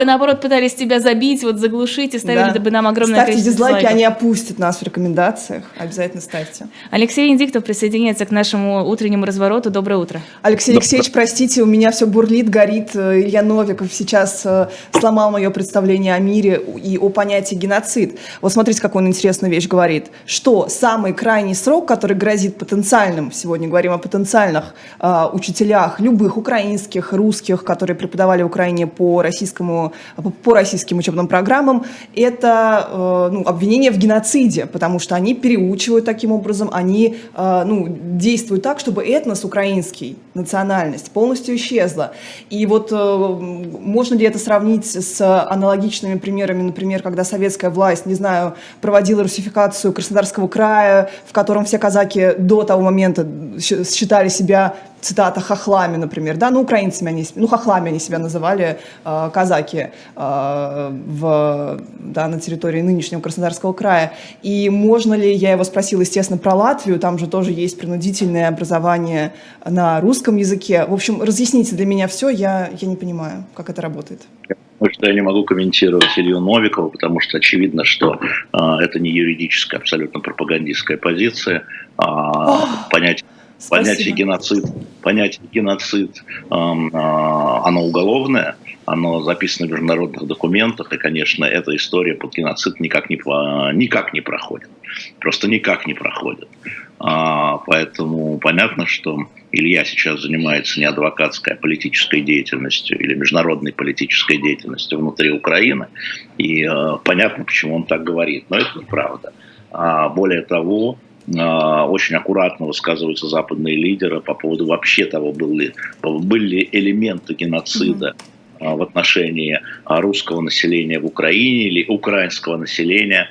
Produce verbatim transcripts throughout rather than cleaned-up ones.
наоборот, пытались тебя забить, вот заглушить и ставили Да. бы нам огромное Ставьте количество дизлайки, дизлайков. они опустят нас в рекомендациях. Обязательно ставьте. Алексей Венедиктов присоединяется к нашему утреннему развороту. Доброе утро. Алексей Алексеевич, простите, у меня все бурлит, горит. Илья Новиков сейчас сломал мое представление о мире и о понятии геноцид. Вот смотрите, какую он интересную вещь говорит. Что самый крайний срок, который грозит потенциальным, сегодня говорим о потенциальных э, учителях, любых украинских, русских, которые преподавали в Украине по российскому, по, по российским учебным программам, это э, ну, обвинение в геноциде, потому что они переучивают таким образом, они э, ну, действуют так, чтобы этнос украинский, национальность полностью исчезла. И вот э, можно ли это сравнить с аналогичными примерами, например, когда советская власть, не знаю, проводила русификацию Краснодарского края, в котором все казаки до того момента считали себя, цитата, хохлами, например, да, ну, украинцами они, ну, хохлами они себя называли, э, казаки, э, в, да, на территории нынешнего Краснодарского края. И можно ли, я его спросила, естественно, про Латвию, там же тоже есть принудительное образование на русском языке. В общем, разъясните для меня все, я, я не понимаю, как это работает. Потому что я не могу комментировать Илью Новикова, потому что очевидно, что э, это не юридическая, абсолютно пропагандистская позиция. Э, понятие, понятие геноцид, понятие геноцид, э, э, оно уголовное, оно записано в международных документах, и, конечно, эта история под геноцид никак не, никак не проходит. Просто никак не проходит. А, поэтому понятно, что Илья сейчас занимается не адвокатской, а политической деятельностью или международной политической деятельностью внутри Украины. И а, понятно, почему он так говорит. Но это неправда. А, более того, а, очень аккуратно высказываются западные лидеры по поводу вообще того, был ли, были ли элементы геноцида mm-hmm. в отношении русского населения в Украине или украинского населения,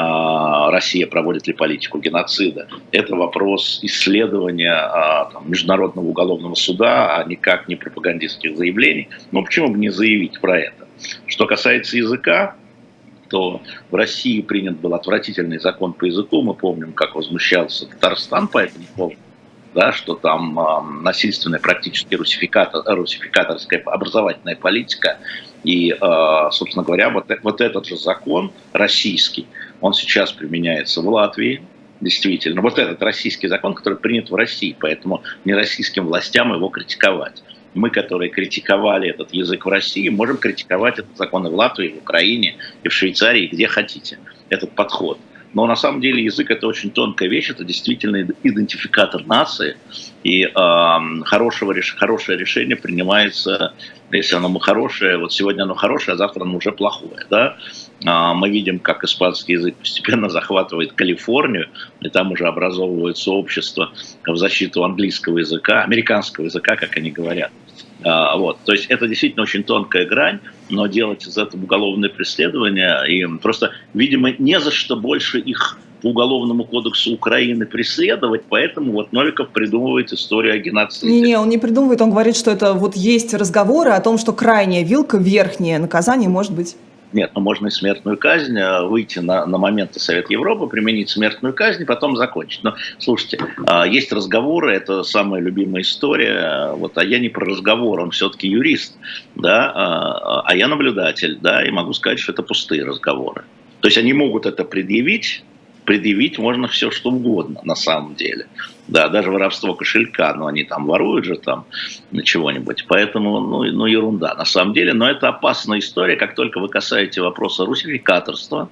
Россия проводит ли политику геноцида. Это вопрос исследования там, Международного уголовного суда, а никак не пропагандистских заявлений. Но почему бы не заявить про это? Что касается языка, то в России принят был отвратительный закон по языку. Мы помним, как возмущался Татарстан по этому поводу. Да, что там э, насильственная практически русификатор, русификаторская образовательная политика. И, э, собственно говоря, вот, вот этот же закон российский, он сейчас применяется в Латвии, действительно. Вот этот российский закон, который принят в России, поэтому не российским властям его критиковать. Мы, которые критиковали этот язык в России, можем критиковать этот закон и в Латвии, и в Украине, и в Швейцарии, где хотите, этот подход. Но на самом деле язык – это очень тонкая вещь, это действительно идентификатор нации. И э, хорошего, хорошее решение принимается, если оно хорошее, вот сегодня оно хорошее, а завтра оно уже плохое. Да? Э, мы видим, как испанский язык постепенно захватывает Калифорнию, и там уже образовывается общество в защиту английского языка, американского языка, как они говорят. Uh, вот. То есть это действительно очень тонкая грань, но делать из этого уголовное преследование, и просто, видимо, не за что больше их по Уголовному кодексу Украины преследовать, поэтому вот Новиков придумывает историю о геноциде. Не-не, он не придумывает, он говорит, что это вот есть разговоры о том, что крайняя вилка, верхнее наказание может быть. Нет, ну можно и смертную казнь, выйти на, на моменты Совета Европы, применить смертную казнь и потом закончить. Но слушайте, есть разговоры, это самая любимая история, вот, а я не про разговор, он все-таки юрист, да, а я наблюдатель, да, и могу сказать, что это пустые разговоры. То есть они могут это предъявить, предъявить можно все, что угодно на самом деле. Да, даже воровство кошелька, но они там воруют же там чего-нибудь. Поэтому, ну, ну, ерунда на самом деле. Но это опасная история, как только вы касаете вопроса русификаторства,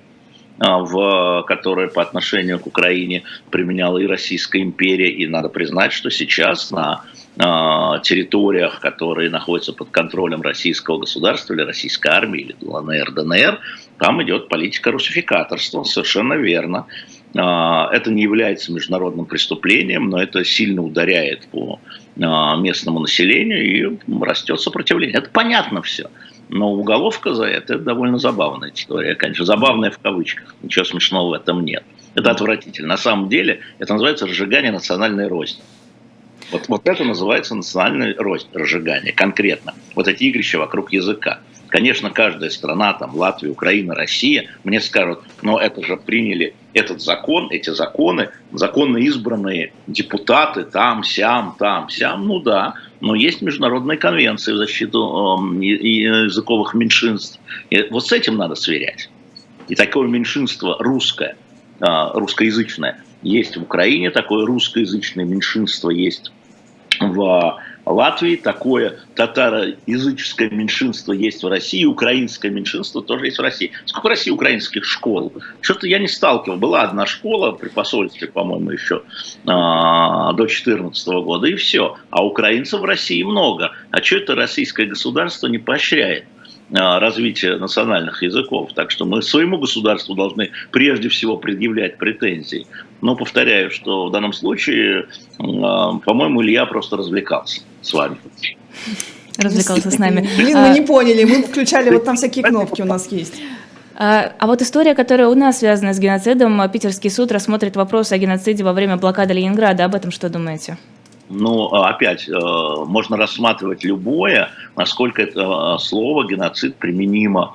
в, которое по отношению к Украине применяла и Российская империя. И надо признать, что сейчас на э, территориях, которые находятся под контролем российского государства или российской армии, или ЛНР, ДНР, там идет политика русификаторства, совершенно верно. Э, это не является международным преступлением, но это сильно ударяет по э, местному населению и растет сопротивление. Это понятно все. Но уголовка за это, это довольно забавная история. Конечно, забавная в кавычках. Ничего смешного в этом нет. Это отвратительно. На самом деле, это называется разжигание национальной розни. Вот, вот это называется национальная рознь, разжигание, конкретно. Вот эти игрища вокруг языка. Конечно, каждая страна, там Латвия, Украина, Россия, мне скажут, но это же приняли этот закон, эти законы, законно избранные депутаты там, сям, там, сям, ну да, но есть международные конвенции в защиту э, языковых меньшинств. И вот с этим надо сверять. И такое меньшинство русское, э, русскоязычное есть в Украине, такое русскоязычное меньшинство есть в Латвии, такое татароязыческое меньшинство есть в России, украинское меньшинство тоже есть в России. Сколько в России украинских школ? Что-то я не сталкивал. Была одна школа при посольстве, по-моему, еще до две тысячи четырнадцатого года, и все. А украинцев в России много. А что это российское государство не поощряет развитие национальных языков? Так что мы своему государству должны прежде всего предъявлять претензии. Но повторяю, что в данном случае, по-моему, Илья просто развлекался с вами. Развлекался с нами. Блин, мы не поняли, мы включали, вот там всякие кнопки у нас есть. А, а вот история, которая у нас связана с геноцидом, питерский суд рассмотрит вопрос о геноциде во время блокады Ленинграда. Об этом что думаете? Ну, опять, можно рассматривать любое, насколько это слово «геноцид» применимо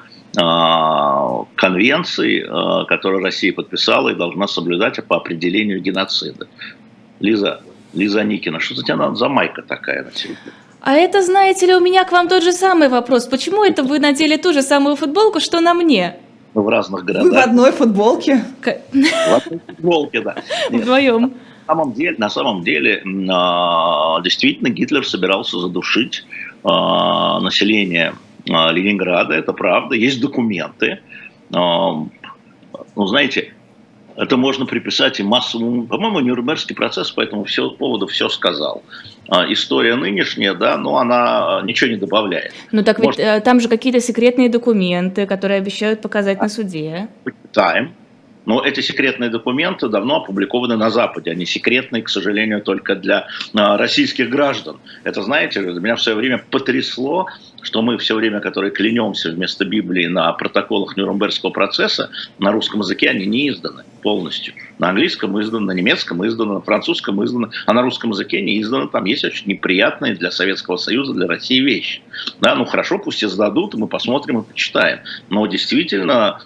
к конвенции, которую Россия подписала и должна соблюдать по определению геноцида. Лиза, Лиза Никина, что за тебя за майка такая на тебе? А это, знаете ли, у меня к вам тот же самый вопрос. Почему это вы надели ту же самую футболку, что на мне? В разных городах. Вы в одной футболке? В одной футболке, да. Вдвоем. На самом деле, на самом деле действительно Гитлер собирался задушить население Ленинграда, это правда, есть документы. Ну, знаете, это можно приписать и массовому, по-моему, Нюрнбергский процесс по этому все, поводу все сказал. История нынешняя, да, но она ничего не добавляет. Ну так Может, ведь там же какие-то секретные документы, которые обещают показать на суде. Почитаем. Но эти секретные документы давно опубликованы на Западе. Они секретные, к сожалению, только для а, российских граждан. Это, знаете, меня в свое время потрясло, что мы все время, которые клянемся вместо Библии на протоколах Нюрнбергского процесса, на русском языке они не изданы полностью. На английском издано, на немецком издано, на французском издано, а на русском языке не издано. Там есть очень неприятные для Советского Союза, для России вещи. Да, ну хорошо, пусть издадут, и мы посмотрим и почитаем. Но действительно,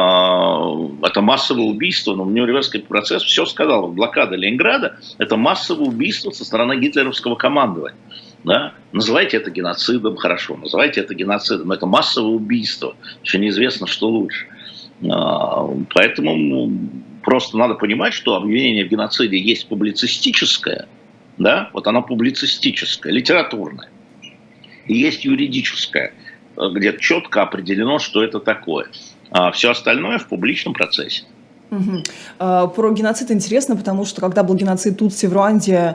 это массовое убийство, но в Нюрнбергский процесс все сказал. Блокада Ленинграда – это массовое убийство со стороны гитлеровского командования. Да? Называйте это геноцидом, хорошо, называйте это геноцидом, но это массовое убийство, еще неизвестно, что лучше. Поэтому ну, просто надо понимать, что обвинение в геноциде есть публицистическое, да? Вот оно публицистическое, литературное, и есть юридическое, где четко определено, что это такое. А все остальное в публичном процессе. Угу. Про геноцид интересно, потому что когда был геноцид Тутси в Руанде,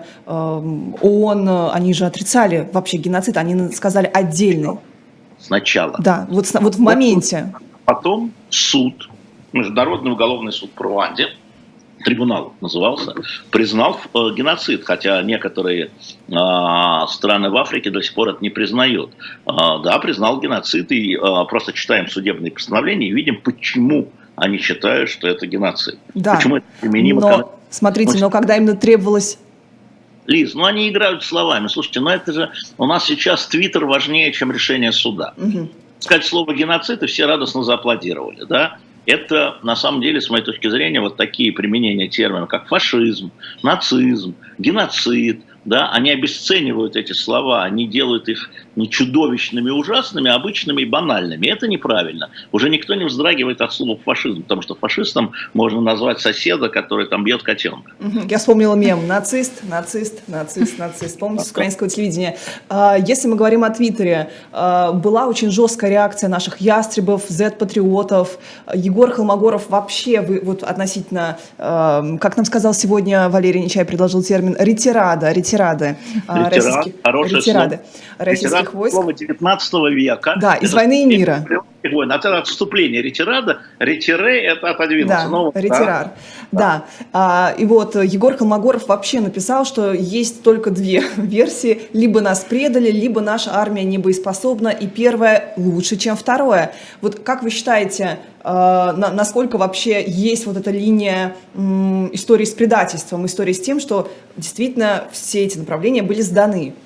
ООН, они же отрицали вообще геноцид, они сказали отдельный. Сначала. Да, вот, вот в моменте. Потом суд, Международный уголовный суд в Руанде, трибунал назывался, признал э, геноцид, хотя некоторые э, страны в Африке до сих пор это не признают. Э, да, признал геноцид, и э, просто читаем судебные постановления и видим, почему они считают, что это геноцид. Да, почему это применимо но, к... смотрите, но когда именно требовалось... Лиз, ну они играют словами. Слушайте, ну это же у нас сейчас Твиттер важнее, чем решение суда. Угу. Сказать слово геноцид, и все радостно зааплодировали, да? Это, на самом деле, с моей точки зрения, вот такие применения терминов, как фашизм, нацизм, геноцид, да, они обесценивают эти слова, они делают их не чудовищными, ужасными, а обычными и банальными. Это неправильно. Уже никто не вздрагивает от слова фашизм, потому что фашистом можно назвать соседа, который там бьет котенка. Я вспомнила мем. Нацист, нацист, нацист, нацист. Помните, с украинского телевидения. Если мы говорим о Твиттере, была очень жесткая реакция наших ястребов, зет-патриотов. Егор Холмогоров вообще, вот относительно, как нам сказал сегодня Валерий Нечаев, предложил термин ретирада, ретирада. Ретирады, Ретирад, хорошее ретирады слово. российских Ретирад, войск. Слово девятнадцатого века. Да, из «Войны и мира». Войн. Это отступление ретирада. Ретире – это отодвинуться. Да, но, ретирар. Да. Да. А, и вот Егор Холмогоров вообще написал, что есть только две версии. Либо нас предали, либо наша армия не боеспособна. И первое лучше, чем второе. Вот как вы считаете, а, на, насколько вообще есть вот эта линия м, истории с предательством, истории с тем, что действительно все эти направления были сданы?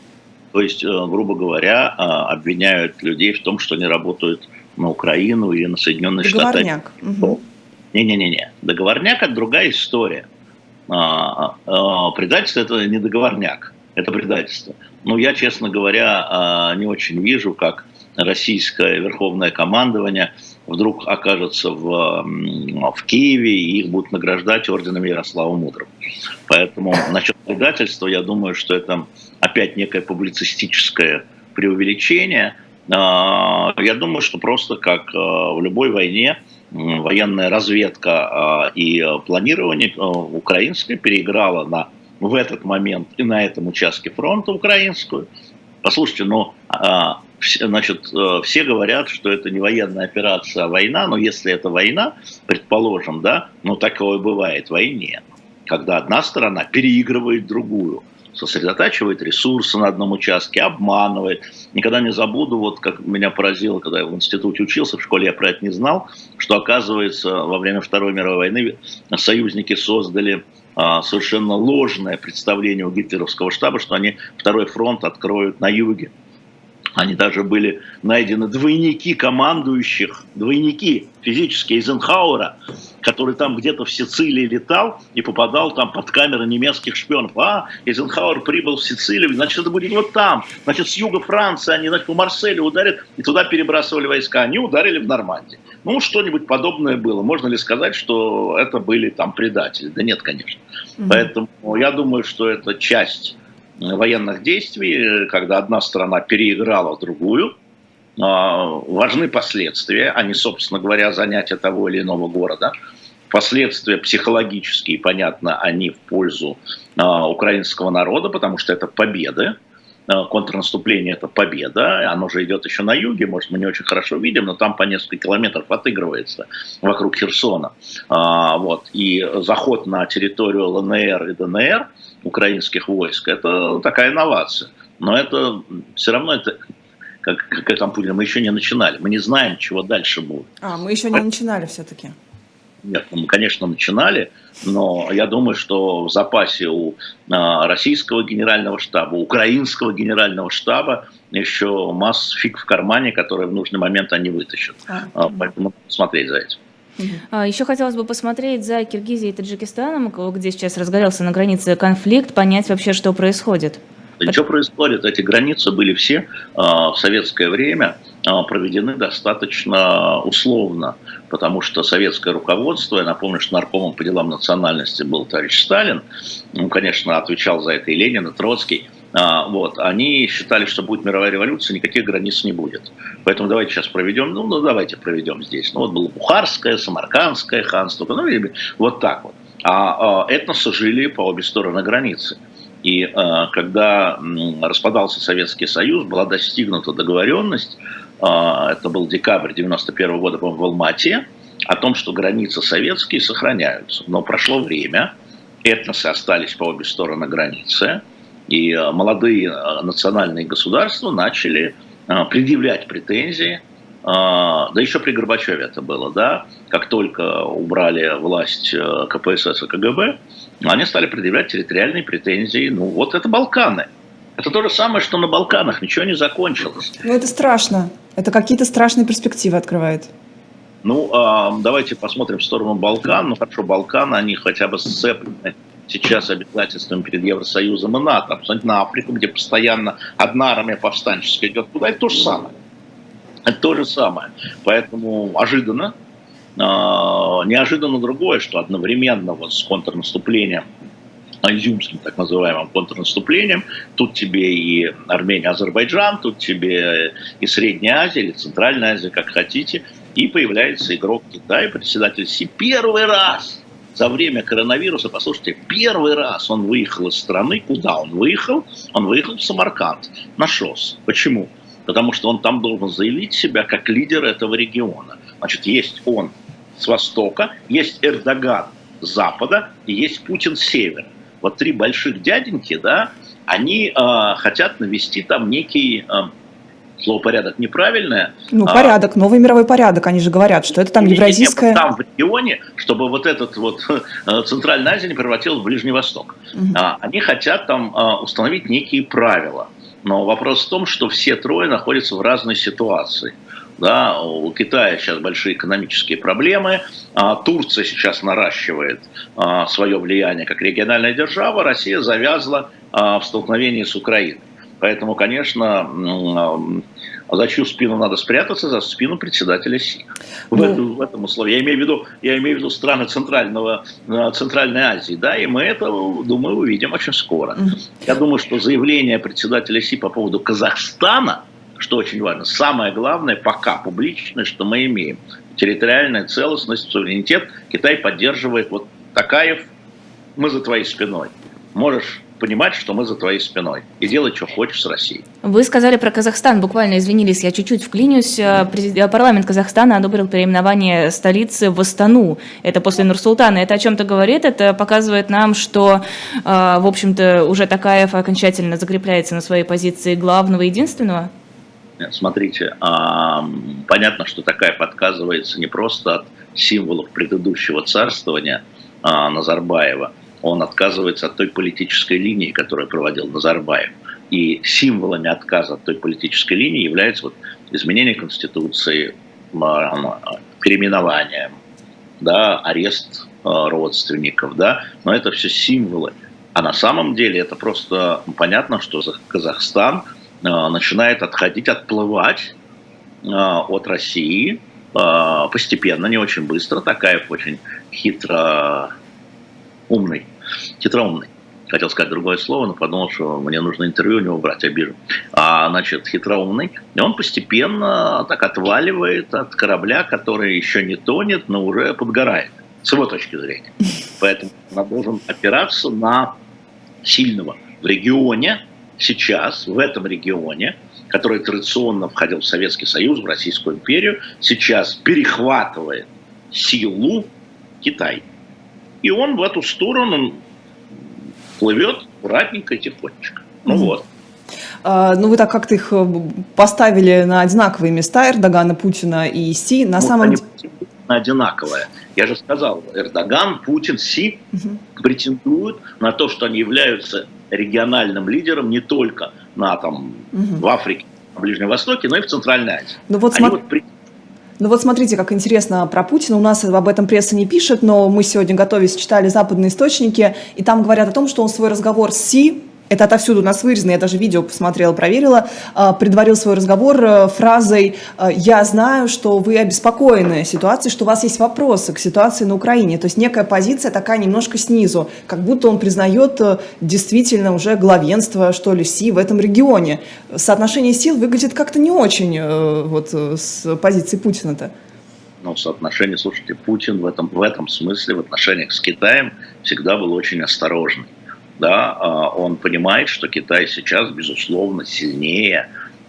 То есть, грубо говоря, обвиняют людей в том, что они работают на Украину или на Соединенные Штаты. Договорняк. Угу. Не-не-не, договорняк – это другая история. Предательство – это не договорняк, это предательство. Ну, я, честно говоря, не очень вижу, как российское верховное командование вдруг окажется в, в Киеве, и их будут награждать орденом Ярослава Мудрого. Поэтому насчет предательства, я думаю, что это опять некое публицистическое преувеличение. Я думаю, что просто как в любой войне, военная разведка и планирование украинское переиграло на, в этот момент и на этом участке фронта украинскую. Послушайте, ну, значит, все говорят, что это не военная операция, а война, но если это война, предположим, да, ну, такое бывает в войне, когда одна сторона переигрывает другую, сосредотачивает ресурсы на одном участке, обманывает. Никогда не забуду, вот как меня поразило, когда я в институте учился, в школе я про это не знал, что, оказывается, во время Второй мировой войны союзники создали а, совершенно ложное представление у гитлеровского штаба, что они второй фронт откроют на юге. Они даже были найдены двойники командующих, двойники физически Эйзенхауэра, который там где-то в Сицилии летал и попадал там под камеры немецких шпионов. А, Эйзенхауэр прибыл в Сицилию, значит, это будет вот там. Значит, с юга Франции они, значит, по Марселю ударят, и туда перебрасывали войска. Они ударили в Нормандии. Ну, что-нибудь подобное было. Можно ли сказать, что это были там предатели? Да нет, конечно. Mm-hmm. Поэтому я думаю, что это часть военных действий, когда одна страна переиграла другую. Важны последствия, а не, собственно говоря, занятие того или иного города. Последствия психологические, понятно, они в пользу украинского народа, потому что это победы. Контрнаступление – это победа, оно же идет еще на юге, может, мы не очень хорошо видим, но там по несколько километров отыгрывается вокруг Херсона. Вот. И заход на территорию ЛНР и ДНР украинских войск – это такая инновация. Но это все равно, это, как, как там Путин, мы еще не начинали, мы не знаем, чего дальше будет. А, мы еще не начинали все-таки. Нет, мы, конечно, начинали, но я думаю, что в запасе у а, российского генерального штаба, у украинского генерального штаба еще масса фиг в кармане, которые в нужный момент они вытащат. А, поэтому смотреть за этим. Еще хотелось бы посмотреть за Киргизией и Таджикистаном, где сейчас разгорелся на границе конфликт, понять вообще, что происходит. Да что происходит? Эти границы были все э, в советское время э, проведены достаточно условно, потому что советское руководство, я напомню, что наркомом по делам национальности был товарищ Сталин, ну, конечно, отвечал за это и Ленин, и Троцкий, э, вот, они считали, что будет мировая революция, никаких границ не будет. Поэтому давайте сейчас проведем, ну, ну давайте проведем здесь. Ну вот было Бухарское, Самаркандское ханство, ну, или вот так вот. А э, этносы жили по обе стороны границы. И э, когда м, распадался Советский Союз, была достигнута договоренность, э, это был декабрь девяносто первого года, по-моему, в Алма-Ате, о том, что границы советские сохраняются. Но прошло время, этносы остались по обе стороны границы, и э, молодые э, национальные государства начали э, предъявлять претензии. Э, да еще при Горбачеве это было, да, как только убрали власть э, ка пэ эс эс и ка гэ бэ, они стали предъявлять территориальные претензии. Ну, вот это Балканы. Это то же самое, что на Балканах. Ничего не закончилось. Ну, это страшно. Это какие-то страшные перспективы открывает. Ну, э, давайте посмотрим в сторону Балкан. Ну, хорошо, Балканы, они хотя бы сцеплены сейчас обязательствами перед Евросоюзом и НАТО. Посмотрите на Африку, где постоянно одна армия повстанческая идет туда. Это то же самое. Это то же самое. Поэтому ожиданно. Неожиданно другое, что одновременно вот с контрнаступлением, изюмским так называемым контрнаступлением, тут тебе и Армения, Азербайджан, тут тебе и Средняя Азия, или Центральная Азия, как хотите, и появляется игрок Китая, председатель Си. Первый раз за время коронавируса, послушайте, первый раз он выехал из страны. Куда он выехал? Он выехал в Самарканд на ШОС. Почему? Потому что он там должен заявить себя как лидер этого региона. Значит, есть он с востока, есть Эрдоган с запада и есть Путин с севера. Вот три больших дяденьки, да, они э, хотят навести там некий, э, слово порядок неправильное. Ну, порядок, а, новый мировой порядок, они же говорят, что это там евразийское... Там в регионе, чтобы вот этот вот э, Центральная Азия не превратилась в Ближний Восток. Угу. А, они хотят там э, установить некие правила. Но вопрос в том, что все трое находятся в разной ситуации. Да, у Китая сейчас большие экономические проблемы, а Турция сейчас наращивает а, свое влияние как региональная держава, Россия завязла а, в столкновении с Украиной. Поэтому, конечно, за чью спину надо спрятаться? За спину председателя Си. В, ну, этом, в этом условии. Я имею в виду, я имею в виду страны Центрального, Центральной Азии. Да, и мы это, думаю, увидим очень скоро. Я думаю, что заявление председателя Си по поводу Казахстана, что очень важно, самое главное пока публичное, что мы имеем. Территориальная целостность, суверенитет. Китай поддерживает. Вот Токаев, мы за твоей спиной. Можешь понимать, что мы за твоей спиной. И делать, что хочешь с Россией. Вы сказали про Казахстан, буквально извинились, я чуть-чуть вклинюсь. Парламент Казахстана одобрил переименование столицы в Астану. Это после Нур-Султана. Это о чем-то говорит, это показывает нам, что, в общем-то, уже Токаев окончательно закрепляется на своей позиции главного, единственного? Нет, смотрите, понятно, что Токаев отказывается не просто от символов предыдущего царствования Назарбаева, он отказывается от той политической линии, которую проводил Назарбаев. И символами отказа от той политической линии являются вот изменение Конституции, переименование, да, арест родственников. Да, но это все символы. А на самом деле это просто понятно, что Казахстан начинает отходить, отплывать от России постепенно, не очень быстро. Токаев очень хитро... умный, хитроумный. Хотел сказать другое слово, но подумал, что мне нужно интервью у него брать, обижу. А, значит, хитроумный. И он постепенно так отваливает от корабля, который еще не тонет, но уже подгорает, с его точки зрения. Поэтому он должен опираться на сильного в регионе, сейчас, в этом регионе, который традиционно входил в Советский Союз, в Российскую империю, сейчас перехватывает силу Китай. И он в эту сторону плывет аккуратненько и тихонечко. Ну mm-hmm. вот. А, ну вы так как-то их поставили на одинаковые места, Эрдогана, Путина и Си. На ну, самом деле... одинаковое. Я же сказал, Эрдоган, Путин, Си mm-hmm. претендуют на то, что они являются региональным лидером не только на, там, mm-hmm. в Африке, на Ближнем Востоке, но и в Центральной Азии. Ну вот они см... вот Ну вот смотрите, как интересно про Путина. У нас об этом пресса не пишет, но мы сегодня, готовясь, читали западные источники, и там говорят о том, что он свой разговор с Си, это отовсюду у нас вырезано, я даже видео посмотрела, проверила, предварил свой разговор фразой «Я знаю, что вы обеспокоены ситуацией, что у вас есть вопросы к ситуации на Украине». То есть некая позиция такая немножко снизу, как будто он признает действительно уже главенство, что ли, Си в этом регионе. Соотношение сил выглядит как-то не очень вот, с позиции Путина-то. Ну, соотношение, слушайте, Путин в этом, в этом смысле, в отношениях с Китаем всегда был очень осторожный. Да, он понимает, что Китай сейчас, безусловно, сильнее,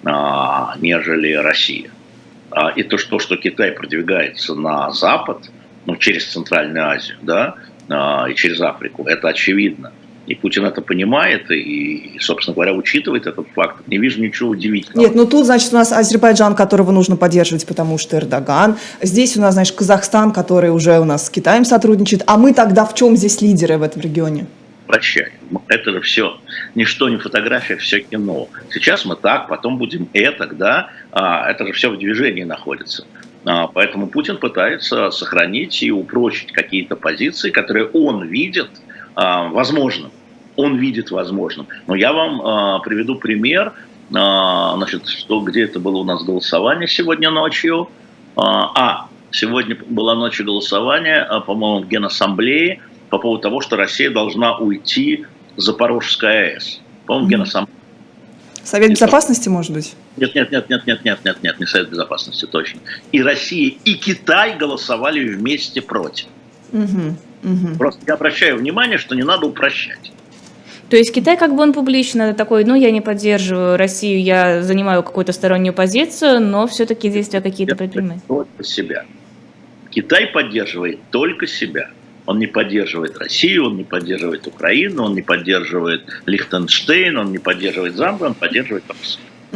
нежели Россия. И то, что, что Китай продвигается на Запад, ну, через Центральную Азию, да, и через Африку, это очевидно. И Путин это понимает и, собственно говоря, учитывает этот факт. Не вижу ничего удивительного. Нет, ну тут, значит, у нас Азербайджан, которого нужно поддерживать, потому что Эрдоган. Здесь у нас, значит, Казахстан, который уже у нас с Китаем сотрудничает. А мы тогда в чем здесь лидеры в этом регионе? Прощай. Это же все, ничто не фотография, все кино. Сейчас мы так, потом будем это, да, а, это же все в движении находится. А, поэтому Путин пытается сохранить и упрочить какие-то позиции, которые он видит а, возможным. Он видит возможным. Но я вам а, приведу пример, а, значит, что, где это было у нас голосование сегодня ночью. А, а сегодня была ночью голосование, а, по-моему, в Генассамблее, по поводу того, что Россия должна уйти с Запорожской АЭС. По-моему, mm-hmm. Генассамблея. Совет безопасности, может быть? Нет, нет, нет, нет, нет, нет, нет, нет, не Совет безопасности, точно. И Россия, и Китай голосовали вместе против. Mm-hmm. Mm-hmm. Просто я обращаю внимание, что не надо упрощать. То есть Китай как бы он публично такой, ну я не поддерживаю Россию, я занимаю какую-то стороннюю позицию, но все-таки действия какие-то предпринимает. Только себя. Китай поддерживает только себя. Он не поддерживает Россию, он не поддерживает Украину, он не поддерживает Лихтенштейн, он не поддерживает Замбию, он поддерживает Россию. Угу.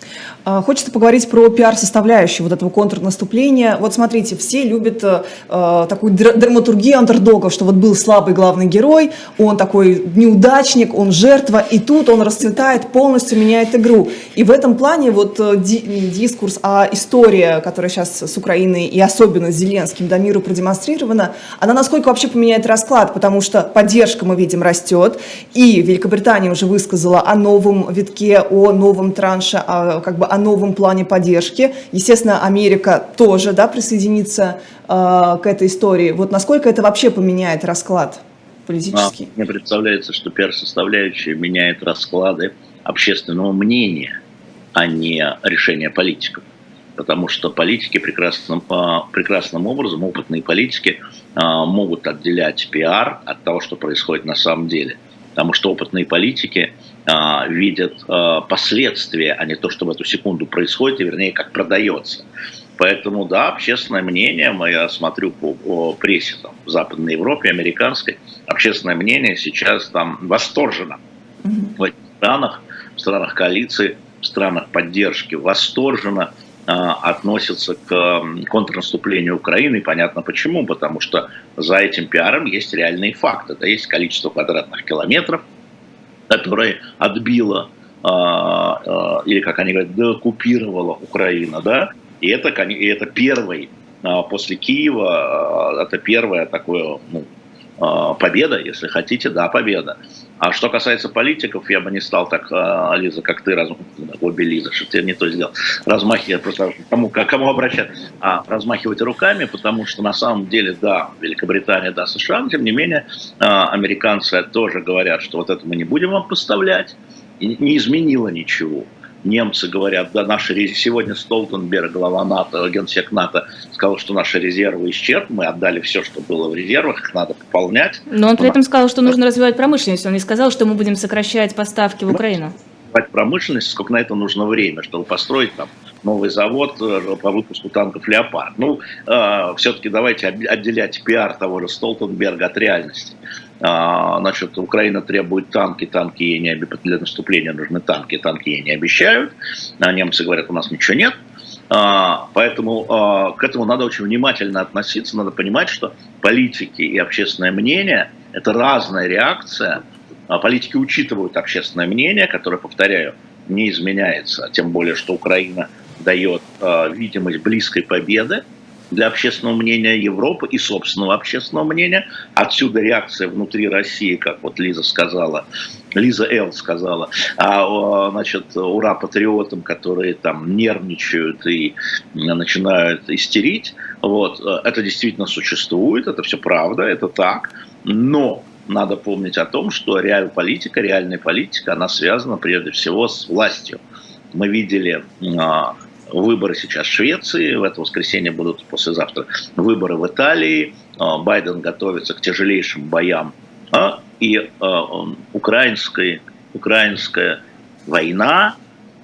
Хочется поговорить про пиар-составляющую вот этого контрнаступления. Вот смотрите, все любят э, такую драматургию андердогов, что вот был слабый главный герой, он такой неудачник, он жертва, и тут он расцветает, полностью меняет игру. И в этом плане вот ди дискурс, а история, которая сейчас с Украиной и особенно с Зеленским до миру продемонстрирована, она насколько вообще поменяет расклад, потому что поддержка, мы видим, растет, и Великобритания уже высказала о новом витке, о новом транше, о, как бы о новом плане поддержки. Естественно, Америка тоже, да, присоединится э, к этой истории. Вот насколько это вообще поменяет расклад политический? Мне представляется, что пиар-составляющая меняет расклады общественного мнения, а не решения политиков. Потому что политики прекрасным, прекрасным образом, опытные политики, могут отделять пиар от того, что происходит на самом деле. Потому что опытные политики а, видят а, последствия, а не то, что в эту секунду происходит, и вернее, как продается. Поэтому, да, общественное мнение, я смотрю по, по прессе там, в Западной Европе, американской, общественное мнение сейчас там восторженно. Mm-hmm. В этих странах, в странах коалиции, в странах поддержки восторженно а, относятся к контрнаступлению Украины. И понятно почему, потому что за этим пиаром есть реальные факты. Это есть количество квадратных километров, которое отбило, э, э, или, как они говорят, деоккупировала Украина, да, и это, и это первый, э, после Киева, э, это первая такая, ну, э, победа, если хотите, да, победа. А что касается политиков, я бы не стал так, э, Лиза, как ты, раз... обе Лиза, что ты не то сделал, размахивать, просто кому, кому обращаться, а размахивать руками, потому что на самом деле, да, Великобритания, да, США, но тем не менее, э, американцы тоже говорят, что вот это мы не будем вам поставлять, и не изменило ничего. Немцы говорят, да, наши сегодня Столтенберг, глава НАТО, генсек НАТО, сказал, что наши резервы исчерпаны, мы отдали все, что было в резервах, их надо пополнять. Но он при этом сказал, что нужно развивать промышленность, он не сказал, что мы будем сокращать поставки в Украину. Развивать промышленность, сколько на это нужно время, чтобы построить там новый завод по выпуску танков «Леопард». Ну, э, все-таки давайте отделять пиар того же Столтенберга от реальности. Э, значит, Украина требует танки, танки ей не для наступления нужны танки, танки ей не обещают. А немцы говорят, у нас ничего нет. Э, поэтому э, к этому надо очень внимательно относиться, надо понимать, что политики и общественное мнение – это разная реакция. Политики учитывают общественное мнение, которое, повторяю, не изменяется, тем более, что Украина дает э, видимость близкой победы для общественного мнения Европы и собственного общественного мнения. Отсюда реакция внутри России, как вот Лиза сказала, Лиза Л. сказала, а, значит, ура патриотам, которые там нервничают и начинают истерить. Вот. Это действительно существует, это все правда, это так, но надо помнить о том, что реальная политика, реальная политика, она связана прежде всего с властью. Мы видели а, выборы сейчас в Швеции, в это воскресенье будут послезавтра выборы в Италии, а, Байден готовится к тяжелейшим боям, а, и а, украинская, украинская война,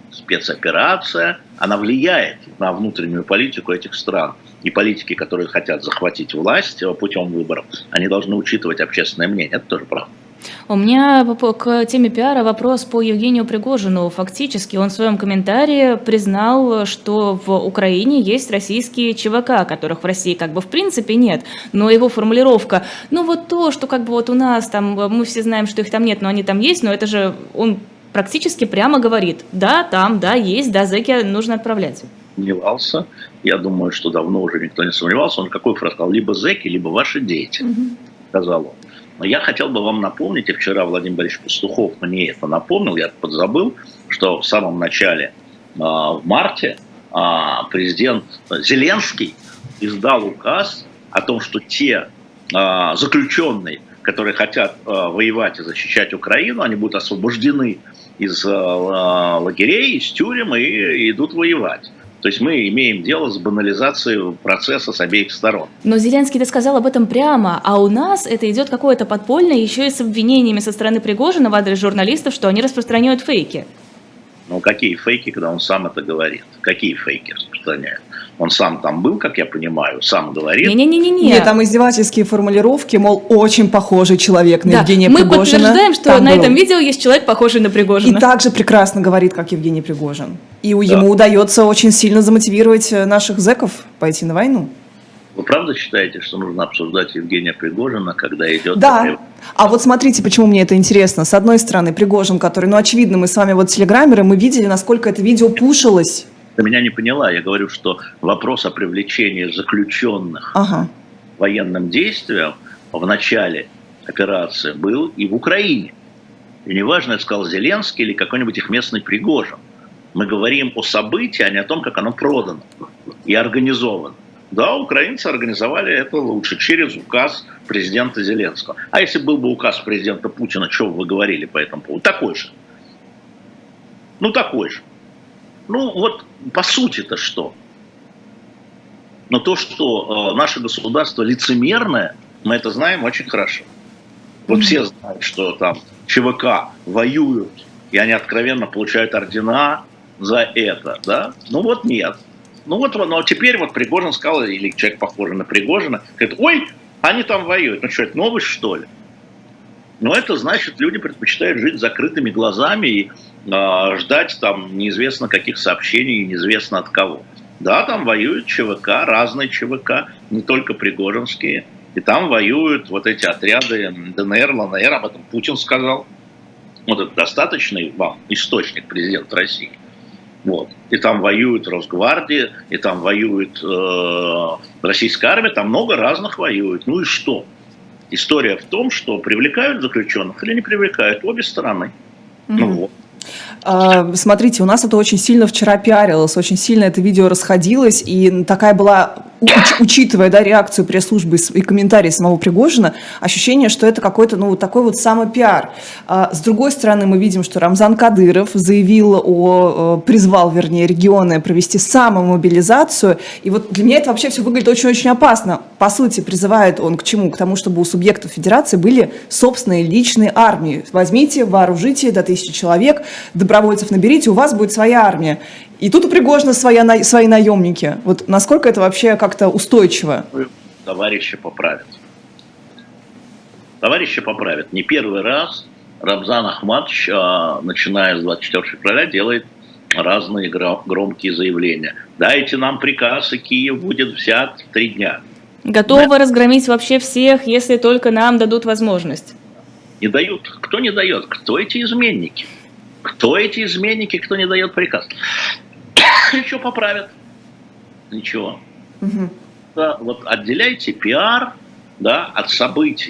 спецоперация, она влияет на внутреннюю политику этих стран. И политики, которые хотят захватить власть путем выборов, они должны учитывать общественное мнение. Это тоже правда. У меня к теме пиара вопрос по Евгению Пригожину. Фактически он в своем комментарии признал, что в Украине есть российские ЧВК, которых в России как бы в принципе нет. Но его формулировка, ну вот то, что как бы вот у нас там, мы все знаем, что их там нет, но они там есть, но это же он практически прямо говорит, да, там, да, есть, да, зэки нужно отправлять. Сомневался. Я думаю, что давно уже никто не сомневался. Он какой фраз сказал? Либо зэки, либо ваши дети, mm-hmm. сказал он. Но я хотел бы вам напомнить, и вчера Владимир Борисович Пастухов мне это напомнил, я подзабыл, что в самом начале, в марте, президент Зеленский издал указ о том, что те заключенные, которые хотят воевать и защищать Украину, они будут освобождены из лагерей, из тюрем и идут воевать. То есть мы имеем дело с банализацией процесса с обеих сторон. Но Зеленский-то сказал об этом прямо, а у нас это идет какое-то подпольное, еще и с обвинениями со стороны Пригожина в адрес журналистов, что они распространяют фейки. Ну какие фейки, когда он сам это говорит? Какие фейки распространяют? Он сам там был, как я понимаю, сам говорит. Не-не-не-не. Нет, там издевательские формулировки, мол, очень похожий человек на Да, Евгения мы Пригожина. подтверждаем, что Там на был. этом видео есть человек, похожий на Пригожина. И также прекрасно говорит, как Евгений Пригожин. И Да. ему удается очень сильно замотивировать наших зэков пойти на войну. Вы правда считаете, что нужно обсуждать Евгения Пригожина, когда идет... Да. А вот смотрите, почему мне это интересно. С одной стороны, Пригожин, который, ну, очевидно, мы с вами вот телеграммеры, мы видели, насколько это видео пушилось. Ты меня не поняла. Я говорю, что вопрос о привлечении заключенных Ага. военным действиям в начале операции был и в Украине. И неважно, это сказал Зеленский или какой-нибудь их местный Пригожин. Мы говорим о событии, а не о том, как оно продано и организовано. Да, украинцы организовали это лучше через указ президента Зеленского. А если был бы указ президента Путина, что вы говорили по этому поводу? Такой же. Ну, такой же. Ну, вот по сути-то что? Но то, что э, наше государство лицемерное, мы это знаем очень хорошо. Вот mm-hmm. все знают, что там ЧВК воюют, и они откровенно получают ордена за это, да? Ну вот нет. Ну вот, но теперь вот Пригожин сказал, или человек похожий на Пригожина, говорит, ой, они там воюют. Ну что, это новость, что ли? Но это значит, люди предпочитают жить с закрытыми глазами и э, ждать там неизвестно каких сообщений, неизвестно от кого. Да, там воюют ЧВК, разные ЧВК, не только пригожинские. И там воюют вот эти отряды ДНР, ЛНР, об этом Путин сказал. Вот это достаточный вам источник, президент России. Вот. И там воюют Росгвардия, и там воюет э, российская армия, там много разных воюет. Ну и что? История в том, что привлекают заключенных или не привлекают обе стороны. Mm-hmm. Ну вот. А, смотрите, у нас это очень сильно вчера пиарилось, очень сильно это видео расходилось, и такая была, уч, учитывая, да, реакцию пресс-службы и комментарии самого Пригожина, ощущение, что это какой-то, ну, такой вот самопиар. А, с другой стороны, мы видим, что Рамзан Кадыров заявил о, призвал, вернее, регионы провести самомобилизацию, и вот для меня это вообще все выглядит очень-очень опасно. По сути, призывает он к чему? К тому, чтобы у субъектов федерации были собственные личные армии. Возьмите, вооружите до тысячи человек, добровольцев наберите, у вас будет своя армия. И тут у Пригожина своя, свои наемники. Вот насколько это вообще как-то устойчиво? Товарищи поправят. Товарищи поправят. Не первый раз Рамзан Ахматович, начиная с двадцать четвёртого февраля, делает разные громкие заявления. Дайте нам приказ, и Киев будет взят в три дня. Готовы да. разгромить вообще всех, если только нам дадут возможность. Не дают. Кто не дает? Кто эти изменники? Кто эти изменники, кто не дает приказ? Ничего поправят. Ничего. Угу. Да, вот отделяйте пиар, да, от событий.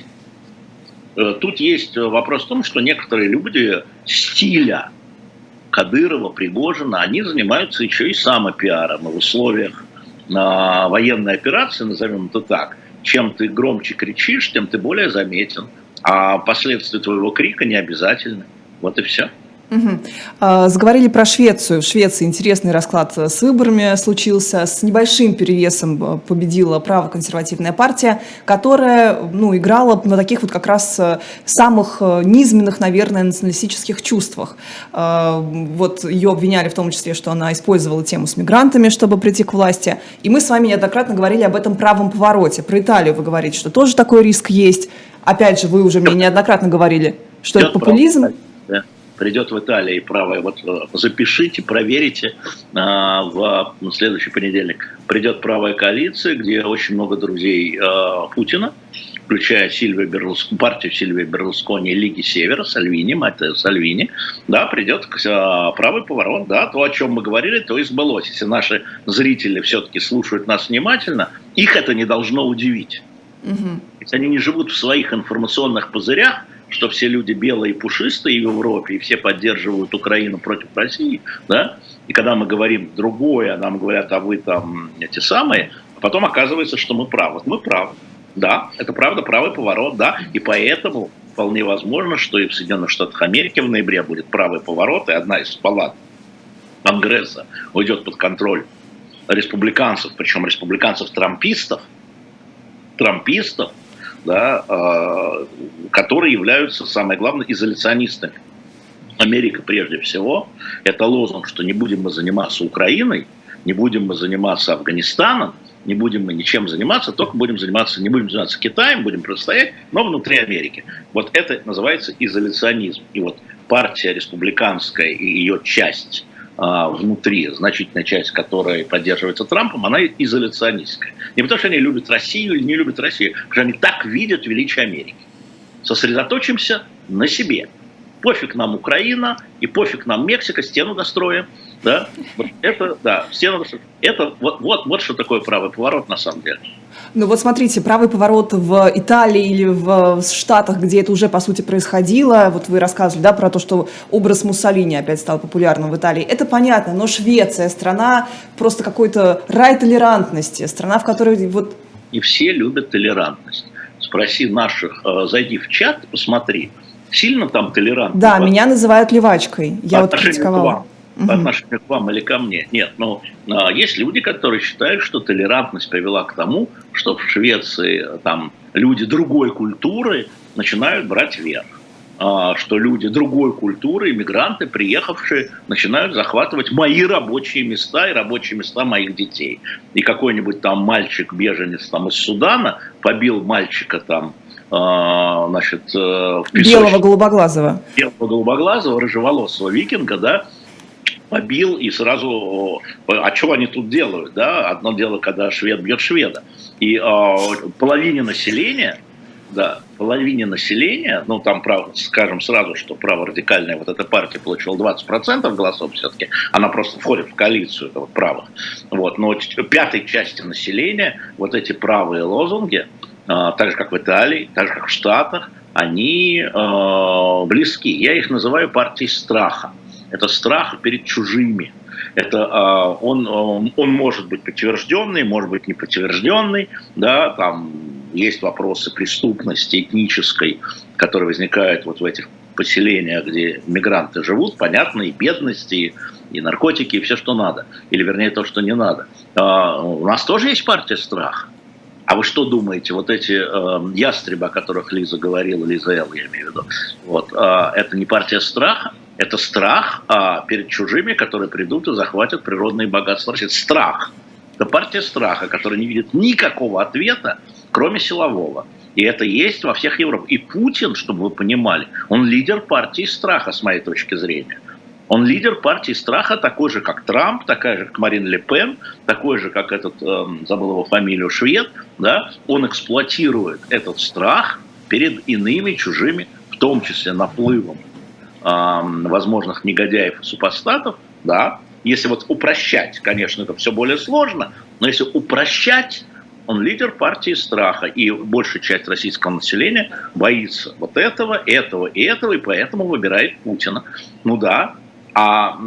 Тут есть вопрос в том, что некоторые люди стиля Кадырова, Пригожина, они занимаются еще и самопиаром. И в условиях а, военной операции, назовем это так, чем ты громче кричишь, тем ты более заметен. А последствия твоего крика не обязательны. Вот и все. Угу. А, заговорили про Швецию. В Швеции интересный расклад с выборами случился. С небольшим перевесом победила правоконсервативная партия, которая, ну, играла на таких вот как раз самых низменных, наверное, националистических чувствах. А, вот ее обвиняли в том числе, что она использовала тему с мигрантами, чтобы прийти к власти. И мы с вами неоднократно говорили об этом правом повороте. Про Италию вы говорите, что тоже такой риск есть. Опять же, вы уже мне неоднократно говорили, что это популизм. Придет в Италии правое, вот запишите, проверите, а, в следующий понедельник придет правая коалиция, где очень много друзей а, Путина, включая Сильвию Берлускони, партию Сильвии Берлускони, Лиги Севера, Сальвини, мать Сальвини, да, придет а, правый поворот, да, то, о чем мы говорили, то и сбылось. Если наши зрители все-таки слушают нас внимательно, их это не должно удивить. Угу. Если они не живут в своих информационных пузырях, что все люди белые и пушистые в Европе, и все поддерживают Украину против России, да, и когда мы говорим другое, нам говорят, а вы там эти самые, а потом оказывается, что мы правы. Мы правы, да, это правда, правый поворот, да, и поэтому вполне возможно, что и в Соединенных Штатах Америки в ноябре будет правый поворот, и одна из палат Конгресса уйдет под контроль республиканцев, причем республиканцев-трампистов, трампистов, да, э, которые являются, самое главное, изоляционистами. Америка прежде всего, это лозунг, что не будем мы заниматься Украиной, не будем мы заниматься Афганистаном, не будем мы ничем заниматься, только будем заниматься, не будем заниматься Китаем, будем противостоять, но внутри Америки. Вот это называется изоляционизм. И вот партия республиканская и ее часть а, внутри, значительная часть, которая поддерживается Трампом, она изоляционистская. Не потому что они любят Россию или не любят Россию, потому что они так видят величие Америки. Сосредоточимся на себе. Пофиг нам Украина и пофиг нам Мексика, стену достроим. Да? Вот это, да, стену достроим. Это вот, вот, вот что такое правый поворот на самом деле. Ну вот смотрите, правый поворот в Италии или в Штатах, где это уже по сути происходило, вот вы рассказывали, да, про то, что образ Муссолини опять стал популярным в Италии, это понятно, но Швеция, страна просто какой-то рай толерантности, страна, в которой вот... И все любят толерантность. Спроси наших, зайди в чат, посмотри, сильно там толерантно? Да, меня называют левачкой, я вот критиковала. По отношению к вам или ко мне. Нет, но а, есть люди, которые считают, что толерантность привела к тому, что в Швеции там люди другой культуры начинают брать верх. А, что люди другой культуры, иммигранты, приехавшие, начинают захватывать мои рабочие места и рабочие места моих детей. И какой-нибудь там мальчик-беженец там из Судана побил мальчика там, а, значит, в песочнице. Белого голубоглазого. Белого голубоглазого, рыжеволосого викинга, да, побил и сразу, а что они тут делают, да? Одно дело, когда швед бьет шведа. И э, половине населения, да, половине населения, ну там, право, скажем сразу, что праворадикальная вот эта партия получила двадцать процентов голосов все-таки, она просто входит в коалицию вот, правых. Вот, но пятой части населения вот эти правые лозунги, э, так же как в Италии, так же как в Штатах, они э, близки. Я их называю партией страха. Это страх перед чужими. Это, э, он, он может быть подтвержденный, может быть не подтвержденный. Да, там есть вопросы преступности этнической, которые возникают вот в этих поселениях, где мигранты живут. Понятно, и бедности, и наркотики, и все, что надо. Или, вернее, то, что не надо. Э, у нас тоже есть партия страха. А вы что думаете, вот эти э, ястребы, о которых Лиза говорила, Лиза Эл, я имею в виду, вот, э, это не партия страха? Это страх а, перед чужими, которые придут и захватят природные богатства России. Страх. Это партия страха, которая не видит никакого ответа, кроме силового. И это есть во всех Европах. И Путин, чтобы вы понимали, он лидер партии страха, с моей точки зрения. Он лидер партии страха, такой же, как Трамп, такая же, как Марин Ле Пен, такой же, как этот, э, забыл его фамилию, швед. Да? Он эксплуатирует этот страх перед иными чужими, в том числе наплывом возможных негодяев и супостатов, да, если вот упрощать, конечно, это все более сложно, но если упрощать, он лидер партии страха, и большая часть российского населения боится вот этого, этого и этого, и поэтому выбирает Путина. Ну да, а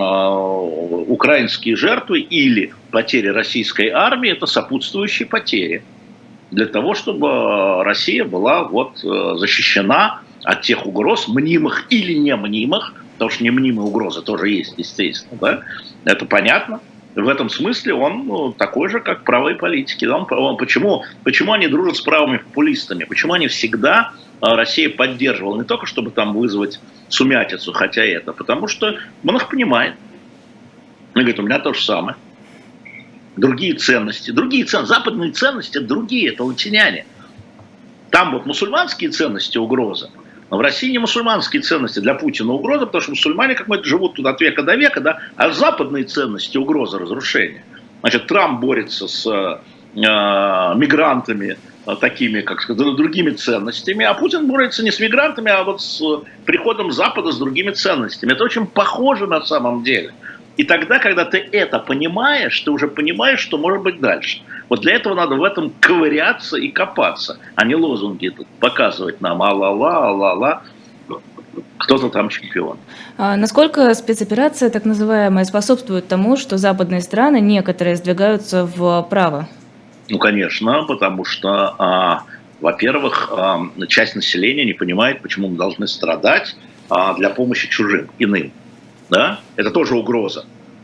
э, украинские жертвы или потери российской армии – это сопутствующие потери для того, чтобы Россия была вот защищена от тех угроз, мнимых или не мнимых, потому что немнимые угрозы тоже есть, естественно, да? Это понятно. В этом смысле он ну, такой же, как правые политики. Он, он, почему, почему они дружат с правыми популистами? Почему они всегда Россия поддерживала? Не только, чтобы там вызвать сумятицу, хотя это, потому что он их понимает. Он говорит, у меня то же самое. Другие ценности. Другие ценности. Западные ценности – это другие, это латиняне. Там вот мусульманские ценности угроза. Но в России не мусульманские ценности для Путина угроза, потому что мусульмане, как мы, живут тут от века до века, да, а западные ценности угроза разрушения. Значит, Трамп борется с э, мигрантами, э, такими, как сказать, другими ценностями, а Путин борется не с мигрантами, а вот с приходом Запада с другими ценностями. Это очень похоже на самом деле. И тогда, когда ты это понимаешь, ты уже понимаешь, что может быть дальше. Вот для этого надо в этом ковыряться и копаться, а не лозунги тут показывать нам а-ла-ла, а-ла-ла. Кто-то там чемпион. А насколько спецоперация, так называемая, способствует тому, что западные страны некоторые сдвигаются вправо? Ну, конечно, потому что, а, во-первых, а, часть населения не понимает, почему мы должны страдать а, для помощи чужим, иным. Да? Это тоже угроза.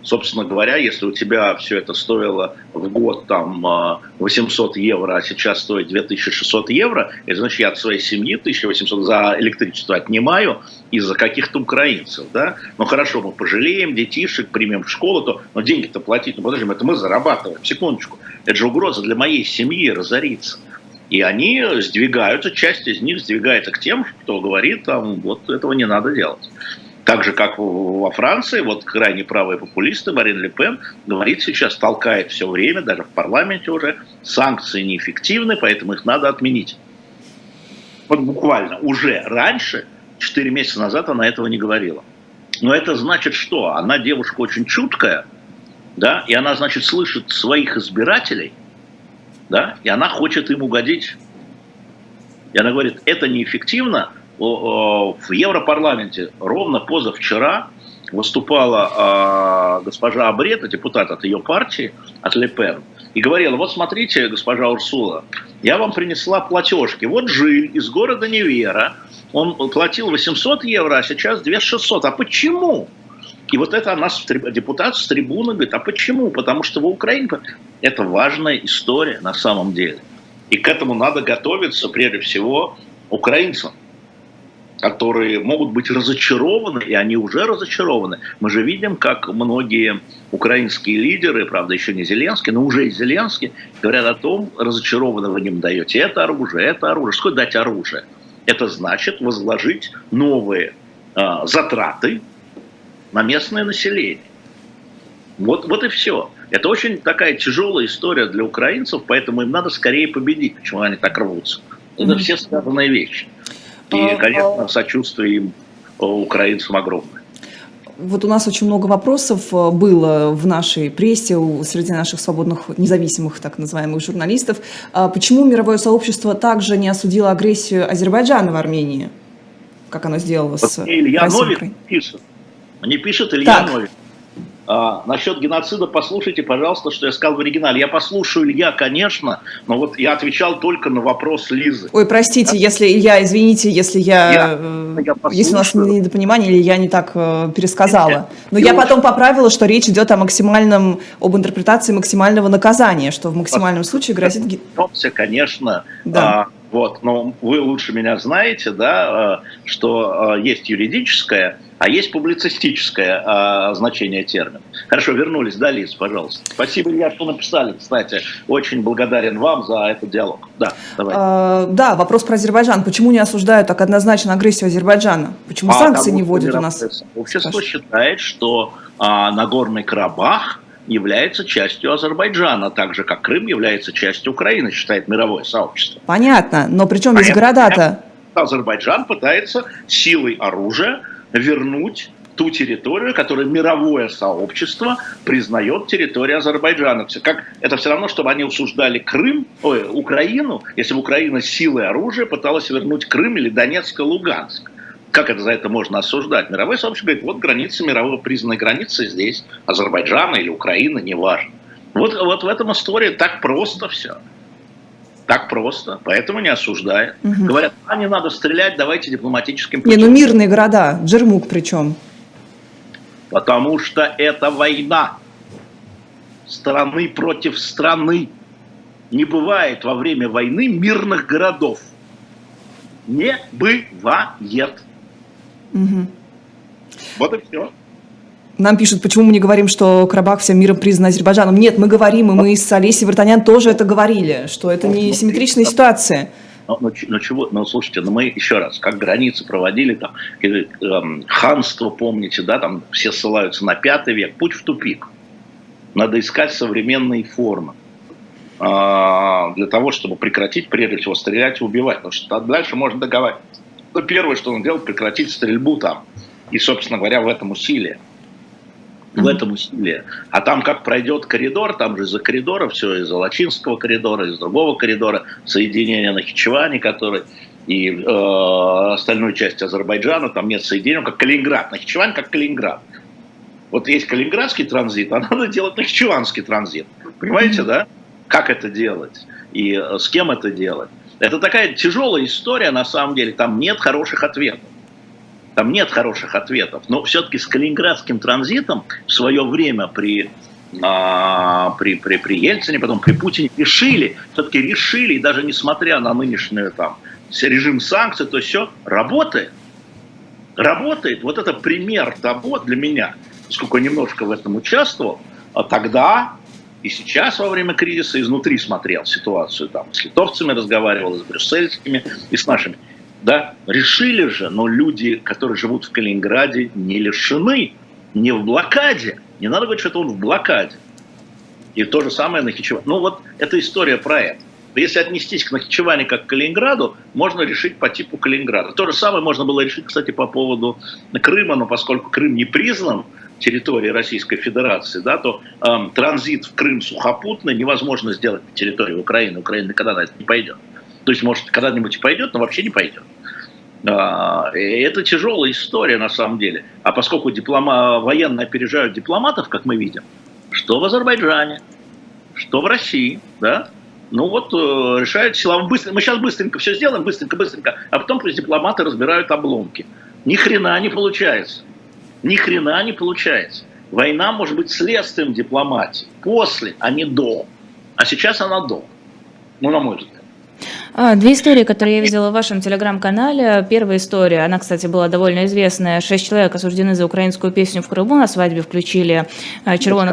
Собственно говоря, если у тебя все это стоило в год там восемьсот евро, а сейчас стоит две тысячи шестьсот евро, это значит, я от своей семьи тысячу восемьсот за электричество отнимаю из-за каких-то украинцев, да? Ну хорошо, мы пожалеем детишек, примем в школу, то, но деньги-то платить, ну подожди, это мы зарабатываем, секундочку, это же угроза для моей семьи разориться. И они сдвигаются, часть из них сдвигается к тем, кто говорит, там, вот этого не надо делать. Так же, как во Франции, вот крайне правые популисты, Марин Ле Пен, говорит сейчас, толкает все время, даже в парламенте уже, санкции неэффективны, поэтому их надо отменить. Вот буквально уже раньше, четыре месяца назад она этого не говорила. Но это значит что? Она девушка очень чуткая, да, и она, значит, слышит своих избирателей, да, и она хочет им угодить. И она говорит, это неэффективно. В Европарламенте ровно позавчера выступала э, госпожа Абрета, депутат от ее партии, от Ле Пен, и говорила, вот смотрите, госпожа Урсула, я вам принесла платежки. Вот Жиль из города Невера, он платил восемьсот евро, а сейчас две тысячи шестьсот. А почему? И вот это она, депутат с трибуны, говорит, а почему? Потому что в Украине это важная история на самом деле. И к этому надо готовиться прежде всего украинцам, которые могут быть разочарованы, и они уже разочарованы. Мы же видим, как многие украинские лидеры, правда, еще не Зеленский, но уже и Зеленский, говорят о том, разочарованы вы им даете это оружие, это оружие. Что дать оружие? Это значит возложить новые э, затраты на местное население. Вот, вот и все. Это очень такая тяжелая история для украинцев, поэтому им надо скорее победить. Почему они так рвутся? Это mm-hmm. все связанные вещи. И, конечно, сочувствие им, украинцам, огромное. Вот у нас очень много вопросов было в нашей прессе, среди наших свободных, независимых, так называемых, журналистов. Почему мировое сообщество также не осудило агрессию Азербайджана в Армении, как оно сделало вот с Илья Россией? Новик пишет. Мне пишет Илья так. Новик. А, насчет геноцида послушайте, пожалуйста, что я сказал в оригинале. Я послушаю Илья, конечно, но вот я отвечал только на вопрос Лизы. Ой, простите, да? Если Илья, извините, если я, я, я если у нас недопонимание, или я не так э, пересказала. Но я, я потом поправила, что речь идет о максимальном, об интерпретации максимального наказания, что в максимальном случае грозит... Конечно, да. а, вот, но вы лучше меня знаете, да, что есть юридическое, а есть публицистическое а, значение термина. Хорошо, вернулись. Да, Лиз, пожалуйста. Спасибо, Илья, что написали, кстати. Очень благодарен вам за этот диалог. Да, давай. А, да, вопрос про Азербайджан. Почему не осуждают так однозначно агрессию Азербайджана? Почему а, санкции не вводят у нас? Общество Скажи. считает, что а, Нагорный Карабах является частью Азербайджана, так же, как Крым является частью Украины, считает мировое сообщество. Понятно, но при чем здесь города-то? Азербайджан пытается силой оружия вернуть ту территорию, которую мировое сообщество признает территорией Азербайджана. Как, это все равно, чтобы они осуждали Крым, ой, Украину, если бы Украина силой оружия пыталась вернуть Крым или Донецк и Луганск. Как это за это можно осуждать? Мировое сообщество говорит, вот граница, мировой признанная граница здесь, Азербайджана или Украина, неважно. Вот, вот в этом истории так просто все. Так просто, поэтому не осуждают. Угу. Говорят, а не надо стрелять, давайте дипломатическим путем. Не, ну мирные города, Джермук причем. Потому что это война. Страны против страны. Не бывает во время войны мирных городов. Не бывает. Угу. Вот и все. Нам пишут, почему мы не говорим, что Карабах всем миром признан Азербайджаном. Нет, мы говорим, и мы с Олесей Вартанян тоже это говорили, что это не симметричная ситуация. Ну, ну, ну чего, ну слушайте, ну мы еще раз, как границы проводили, там, э, э, ханство, помните, да, там все ссылаются на пятый век, путь в тупик. Надо искать современные формы э, для того, чтобы прекратить, прежде всего, стрелять и убивать, потому что дальше можно договариваться. Но первое, что он делал, прекратить стрельбу там, и, собственно говоря, в этом усилие. В этом усилии. А там как пройдет коридор, там же из-за коридора все, из-за Лачинского коридора, из другого коридора, соединение Нахичевани, который и э, остальной части Азербайджана, там нет соединения, как Калининград. Нахичевань как Калининград. Вот есть калининградский транзит, а надо делать нахичеванский транзит. Понимаете, да? Как это делать? И э, с кем это делать? Это такая тяжелая история, на самом деле, там нет хороших ответов. там нет хороших ответов. Но все-таки с калининградским транзитом в свое время при, а, при, при, при Ельцине, потом при Путине решили, все-таки решили, и даже несмотря на нынешний там, режим санкций, то все работает. Работает. Вот это пример того для меня, поскольку я немножко в этом участвовал, а тогда и сейчас во время кризиса изнутри смотрел ситуацию, там, с литовцами разговаривал, и с брюссельскими, и с нашими. Да, решили же, но люди, которые живут в Калининграде, не лишены, не в блокаде. Не надо говорить, что это он в блокаде. И то же самое Нахичевань. Ну вот эта история про это. Если отнестись к Нахичевани как к Калининграду, можно решить по типу Калининграда. То же самое можно было решить, кстати, по поводу Крыма, но поскольку Крым не признан территорией Российской Федерации, да, то э, транзит в Крым сухопутный невозможно сделать на территории Украины. Украина никогда на это не пойдет. То есть, может, когда-нибудь и пойдет, но вообще не пойдет. А, это тяжелая история на самом деле. А поскольку диплома, военные опережают дипломатов, как мы видим, что в Азербайджане, что в России, да, ну вот э, решают силовым быстро. Мы сейчас быстренько все сделаем, быстренько, быстренько, а потом пусть дипломаты разбирают обломки. Ни хрена не получается. Ни хрена не получается. Война может быть следствием дипломатии. После, а не до. А сейчас она до. Ну, на мой взгляд. Две истории, которые я видела в вашем телеграм-канале. Первая история, она, кстати, была довольно известная. Шесть человек осуждены за украинскую песню в Крыму. На свадьбе включили червоно...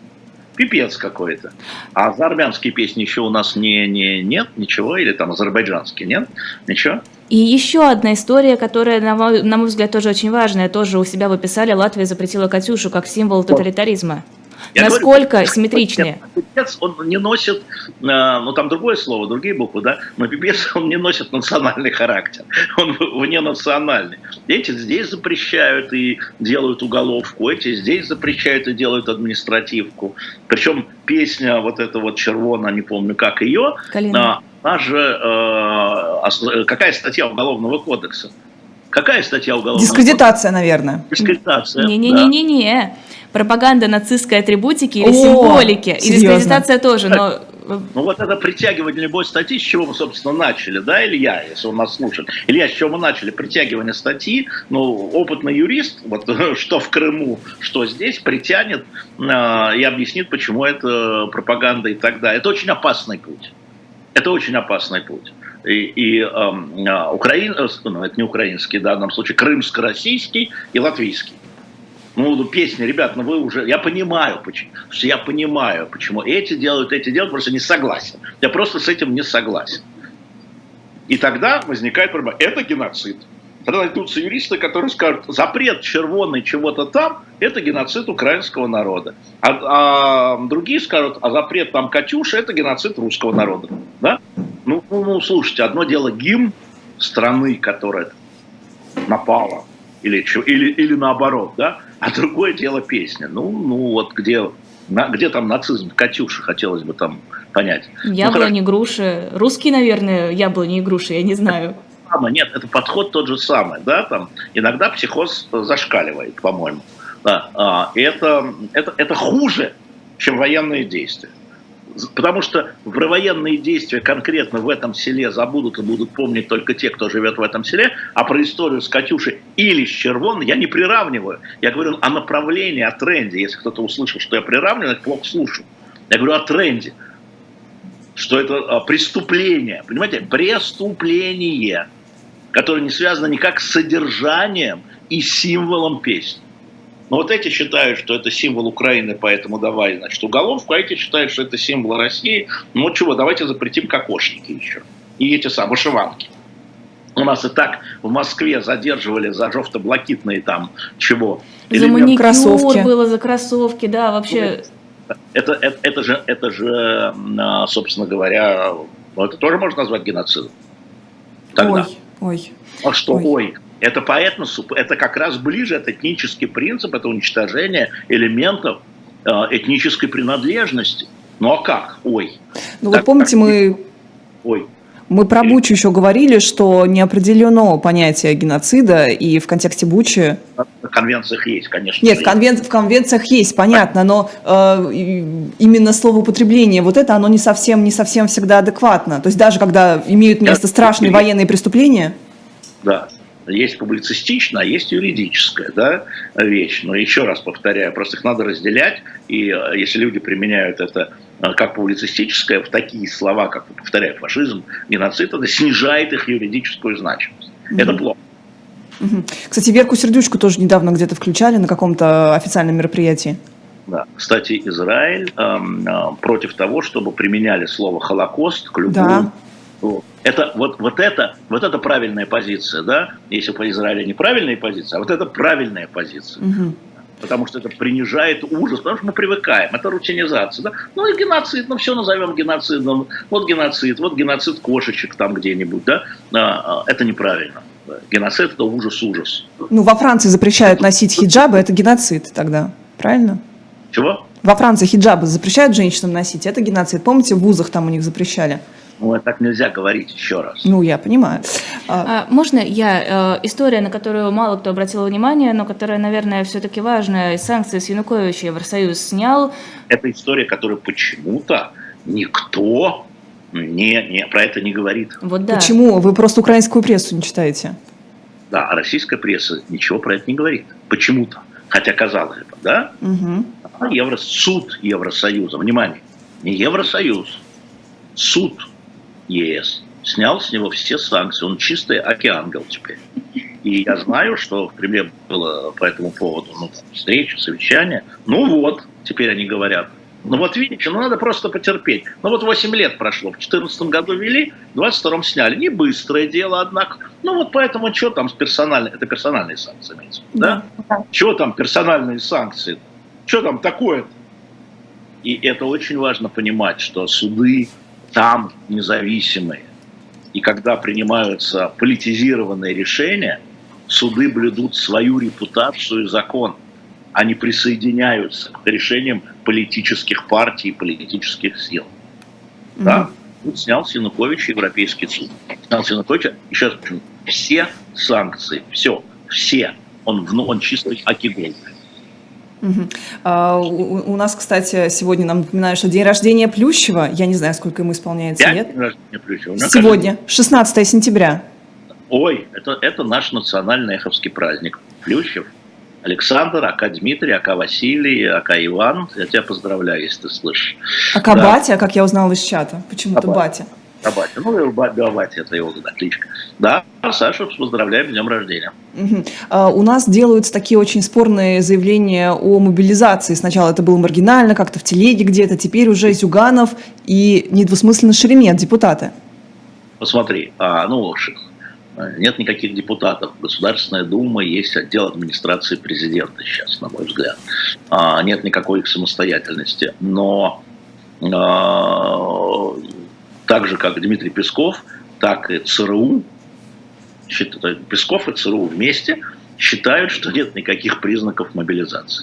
Пипец какой-то. А за армянские песни еще у нас не, не, нет ничего? Или там азербайджанские, нет? Ничего? И еще одна история, которая, на мой, на мой взгляд, тоже очень важная. Тоже у себя вы писали, Латвия запретила «Катюшу» как символ тоталитаризма. Я Насколько говорю, симметричнее? Пипец, он не носит, ну там другое слово, другие буквы, да, но пипец, он не носит национальный характер, он вне национальный. Эти здесь запрещают и делают уголовку, эти здесь запрещают и делают административку. Причем песня вот эта вот «Червона», не помню как ее, она же, э, какая статья Уголовного кодекса? Какая статья Уголовного Дискредитация, кодекса? Наверное. Дискредитация. Не-не-не-не-не. Да. Пропаганда нацистской атрибутики или О, символики. Серьезно? И дискредитация тоже, но... Ну вот это притягивание любой статьи, с чего мы, собственно, начали, да, Илья, если он нас слушает. Илья, с чего мы начали? Притягивание статьи, ну, опытный юрист, вот что в Крыму, что здесь, притянет э, и объяснит, почему это пропаганда и так далее. Это очень опасный путь. Это очень опасный путь. И, и э, Украин, ну, это не украинский в данном случае, крымско-российский и латвийский. Ну, песни, ребят, ну вы уже... Я понимаю, почему. Я понимаю, почему эти делают, эти делают, просто не согласен. Я просто с этим не согласен. И тогда возникает проблема. Это геноцид. Тогда найдутся юристы, которые скажут, запрет червоный чего-то там, это геноцид украинского народа. А, а другие скажут, а запрет там «Катюши» это геноцид русского народа. Да? Ну, ну, ну, слушайте, одно дело гимн страны, которая напала, или, или, или наоборот, да? А другое дело песня. Ну, ну вот где, на, где там нацизм, «Катюши», хотелось бы там понять. Яблони, ну, груши. Русские, наверное, яблони и груши, я не знаю. Нет, это подход тот же самый, да, там иногда психоз зашкаливает, по-моему. Да, это, это, это хуже, чем военные действия. Потому что про военные действия конкретно в этом селе забудут и будут помнить только те, кто живет в этом селе, а про историю с «Катюшей» или с «Червоной» я не приравниваю. Я говорю о направлении, о тренде. Если кто-то услышал, что я приравниваю, я плохо слушаю. Я говорю о тренде, что это преступление, понимаете, преступление, которое не связано никак с содержанием и символом песни. Но вот эти считают, что это символ Украины, поэтому давай, значит, уголовку, а эти считают, что это символ России. Ну вот чего, давайте запретим кокошники еще. И эти самые вышиванки. У нас и так в Москве задерживали за жовто-блакитные там чего. За маникюр кроссовки. Было, за кроссовки, да, вообще... Это, это, это, же, это же, собственно говоря, это тоже можно назвать геноцидом. Тогда. Ой, ой. А что, ой? ой. Это по этносу, это как раз ближе, это этнический принцип, это уничтожение элементов э, этнической принадлежности. Ну а как? Ой. Ну так, вот помните, так, мы... Ой. Мы про Бучу еще говорили, что не определено понятие геноцида, и в контексте Бучи... В конвенциях есть, конечно. Нет, в, конвен... в конвенциях есть, понятно, но э, именно словоупотребление, вот это, оно не совсем, не совсем всегда адекватно. То есть даже когда имеют место страшные военные преступления... Да. Есть публицистичная, а есть юридическая, да, вещь. Но еще раз повторяю, просто их надо разделять. И если люди применяют это как публицистическое, в такие слова, как, повторяю, фашизм, геноцид, это снижает их юридическую значимость. Mm-hmm. Это плохо. Mm-hmm. Кстати, Верку Сердючку тоже недавно где-то включали на каком-то официальном мероприятии. Да. Кстати, Израиль э, э, против того, чтобы применяли слово «Холокост» к любому... Да. Это, вот, вот, это, вот это правильная позиция, да? Если по Израилю неправильная позиция, а вот это правильная позиция. Угу. Потому что это принижает ужас, потому что мы привыкаем, это рутинизация. Да? Ну и геноцид, ну все назовем геноцидом. Вот геноцид, вот геноцид кошечек там где-нибудь, да? Это неправильно. Геноцид – это ужас-ужас. Ну, во Франции запрещают носить хиджабы, это геноцид тогда, правильно? Чего? Во Франции хиджабы запрещают женщинам носить, это геноцид. Помните, в вузах там у них запрещали? Ну, так нельзя говорить еще раз. Ну, я понимаю. А, можно я? Э, история, на которую мало кто обратил внимание, но которая, наверное, все-таки важная. Санкции с Януковича Евросоюз снял. Это история, которую почему-то никто не, не, про это не говорит. Вот да. Почему? Вы просто украинскую прессу не читаете. Да, а российская пресса ничего про это не говорит. Почему-то. Хотя, казалось бы, да? Угу. Евро, суд Евросоюза, внимание, не Евросоюз, суд ЕС снял с него все санкции, он чистый океангел теперь. И я знаю, что в Кремле было по этому поводу ну, встреча, совещание. Ну вот, теперь они говорят. Ну вот видите, ну надо просто потерпеть. Ну вот восемь лет прошло, в две тысячи четырнадцатом году ввели, в двадцать втором сняли. Не быстрое дело, однако. Ну вот поэтому что там с персональной, это персональные санкции, имеется, да? да? Чего там персональные санкции? Что там такое-то? И это очень важно понимать, что суды там независимые. И когда принимаются политизированные решения, суды блюдут свою репутацию и закон. Они присоединяются к решениям политических партий и политических сил. Mm-hmm. Да? Тут снял с Януковича Европейский суд. Снял с Януковича, еще раз почему, все санкции, все, все. Он, он чистый окигол. Угу. А, у, у нас, кстати, сегодня нам напоминают, что день рождения Плющева. Я не знаю, сколько ему исполняется Я лет. День рождения Плющева. Сегодня, кажется, шестнадцатое сентября. Ой, это, это наш национальный эховский праздник. Плющев. Александр, ака Дмитрий, ака Василий, ака Иван. Я тебя поздравляю, если ты слышишь. Ака да. Батя, как я узнала из чата. Почему-то Батя. А Батя. Ну, Батя, это его кличка. Да, Саша, поздравляем с днем рождения. Угу. А, у нас делаются такие очень спорные заявления о мобилизации. Сначала это было маргинально, как-то в телеге где-то, теперь уже Зюганов и недвусмысленно Шеремет, депутаты. Посмотри, а, ну, нет никаких депутатов. Государственная Дума есть отдел администрации президента сейчас, на мой взгляд. А, нет никакой их самостоятельности. Но а, так же, как Дмитрий Песков, так и ЦРУ, Песков и ЦРУ вместе считают, что нет никаких признаков мобилизации.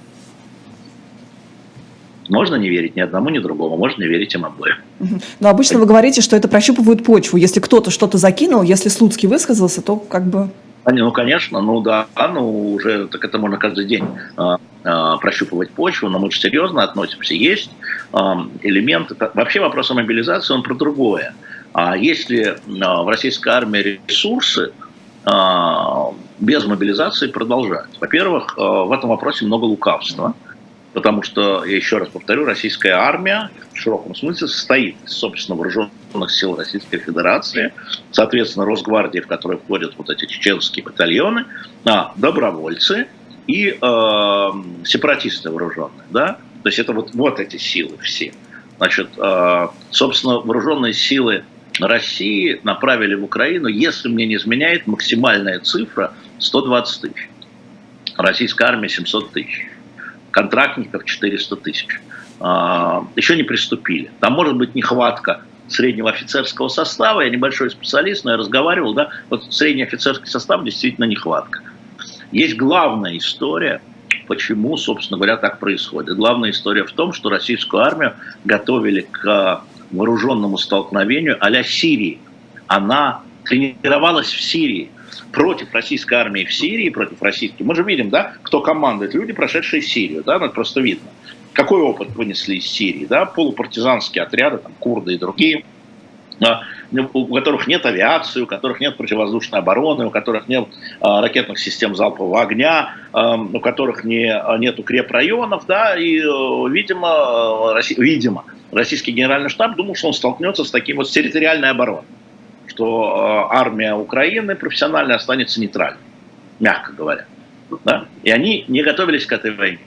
Можно не верить ни одному, ни другому, можно не верить им обоим. Но обычно вы говорите, что это прощупывают почву. Если кто-то что-то закинул, если Слуцкий высказался, то как бы... Ну, конечно, ну да, ну уже так это можно каждый день а, а, прощупывать почву, но мы же серьезно относимся. Есть а, элементы... Вообще вопрос о мобилизации, он про другое. А если а, в российской армии ресурсы а, без мобилизации продолжают? Во-первых, а, в этом вопросе много лукавства. Потому что, я еще раз повторю, российская армия в широком смысле состоит из, собственно, вооруженных сил Российской Федерации, соответственно, Росгвардии, в которой входят вот эти чеченские батальоны, а, добровольцы и э, сепаратисты вооруженные. Да? То есть это вот, вот эти силы все. Значит, э, собственно, вооруженные силы России направили в Украину, если мне не изменяет, максимальная цифра сто двадцать тысяч. Российская армия семьсот тысяч. Контрактников четыреста тысяч. Еще не приступили. Там может быть нехватка среднего офицерского состава. Я небольшой специалист, но я разговаривал, да, вот средний офицерский состав действительно нехватка. Есть главная история, почему, собственно говоря, так происходит. Главная история в том, что российскую армию готовили к вооруженному столкновению а-ля Сирии. Она тренировалась в Сирии. Против российской армии в Сирии, против российской. Мы же видим, да, кто командует. Люди, прошедшие Сирию, да, ну, это просто видно. Какой опыт вынесли из Сирии, да, полупартизанские отряды, там, курды и другие, у которых нет авиации, у которых нет противовоздушной обороны, у которых нет ракетных систем залпового огня, у которых не, нет укрепрайонов, да, и, видимо, Россия, видимо, российский генеральный штаб думал, что он столкнется с таким вот с территориальной обороной, что армия Украины профессиональная останется нейтральной, мягко говоря, да, и они не готовились к этой войне.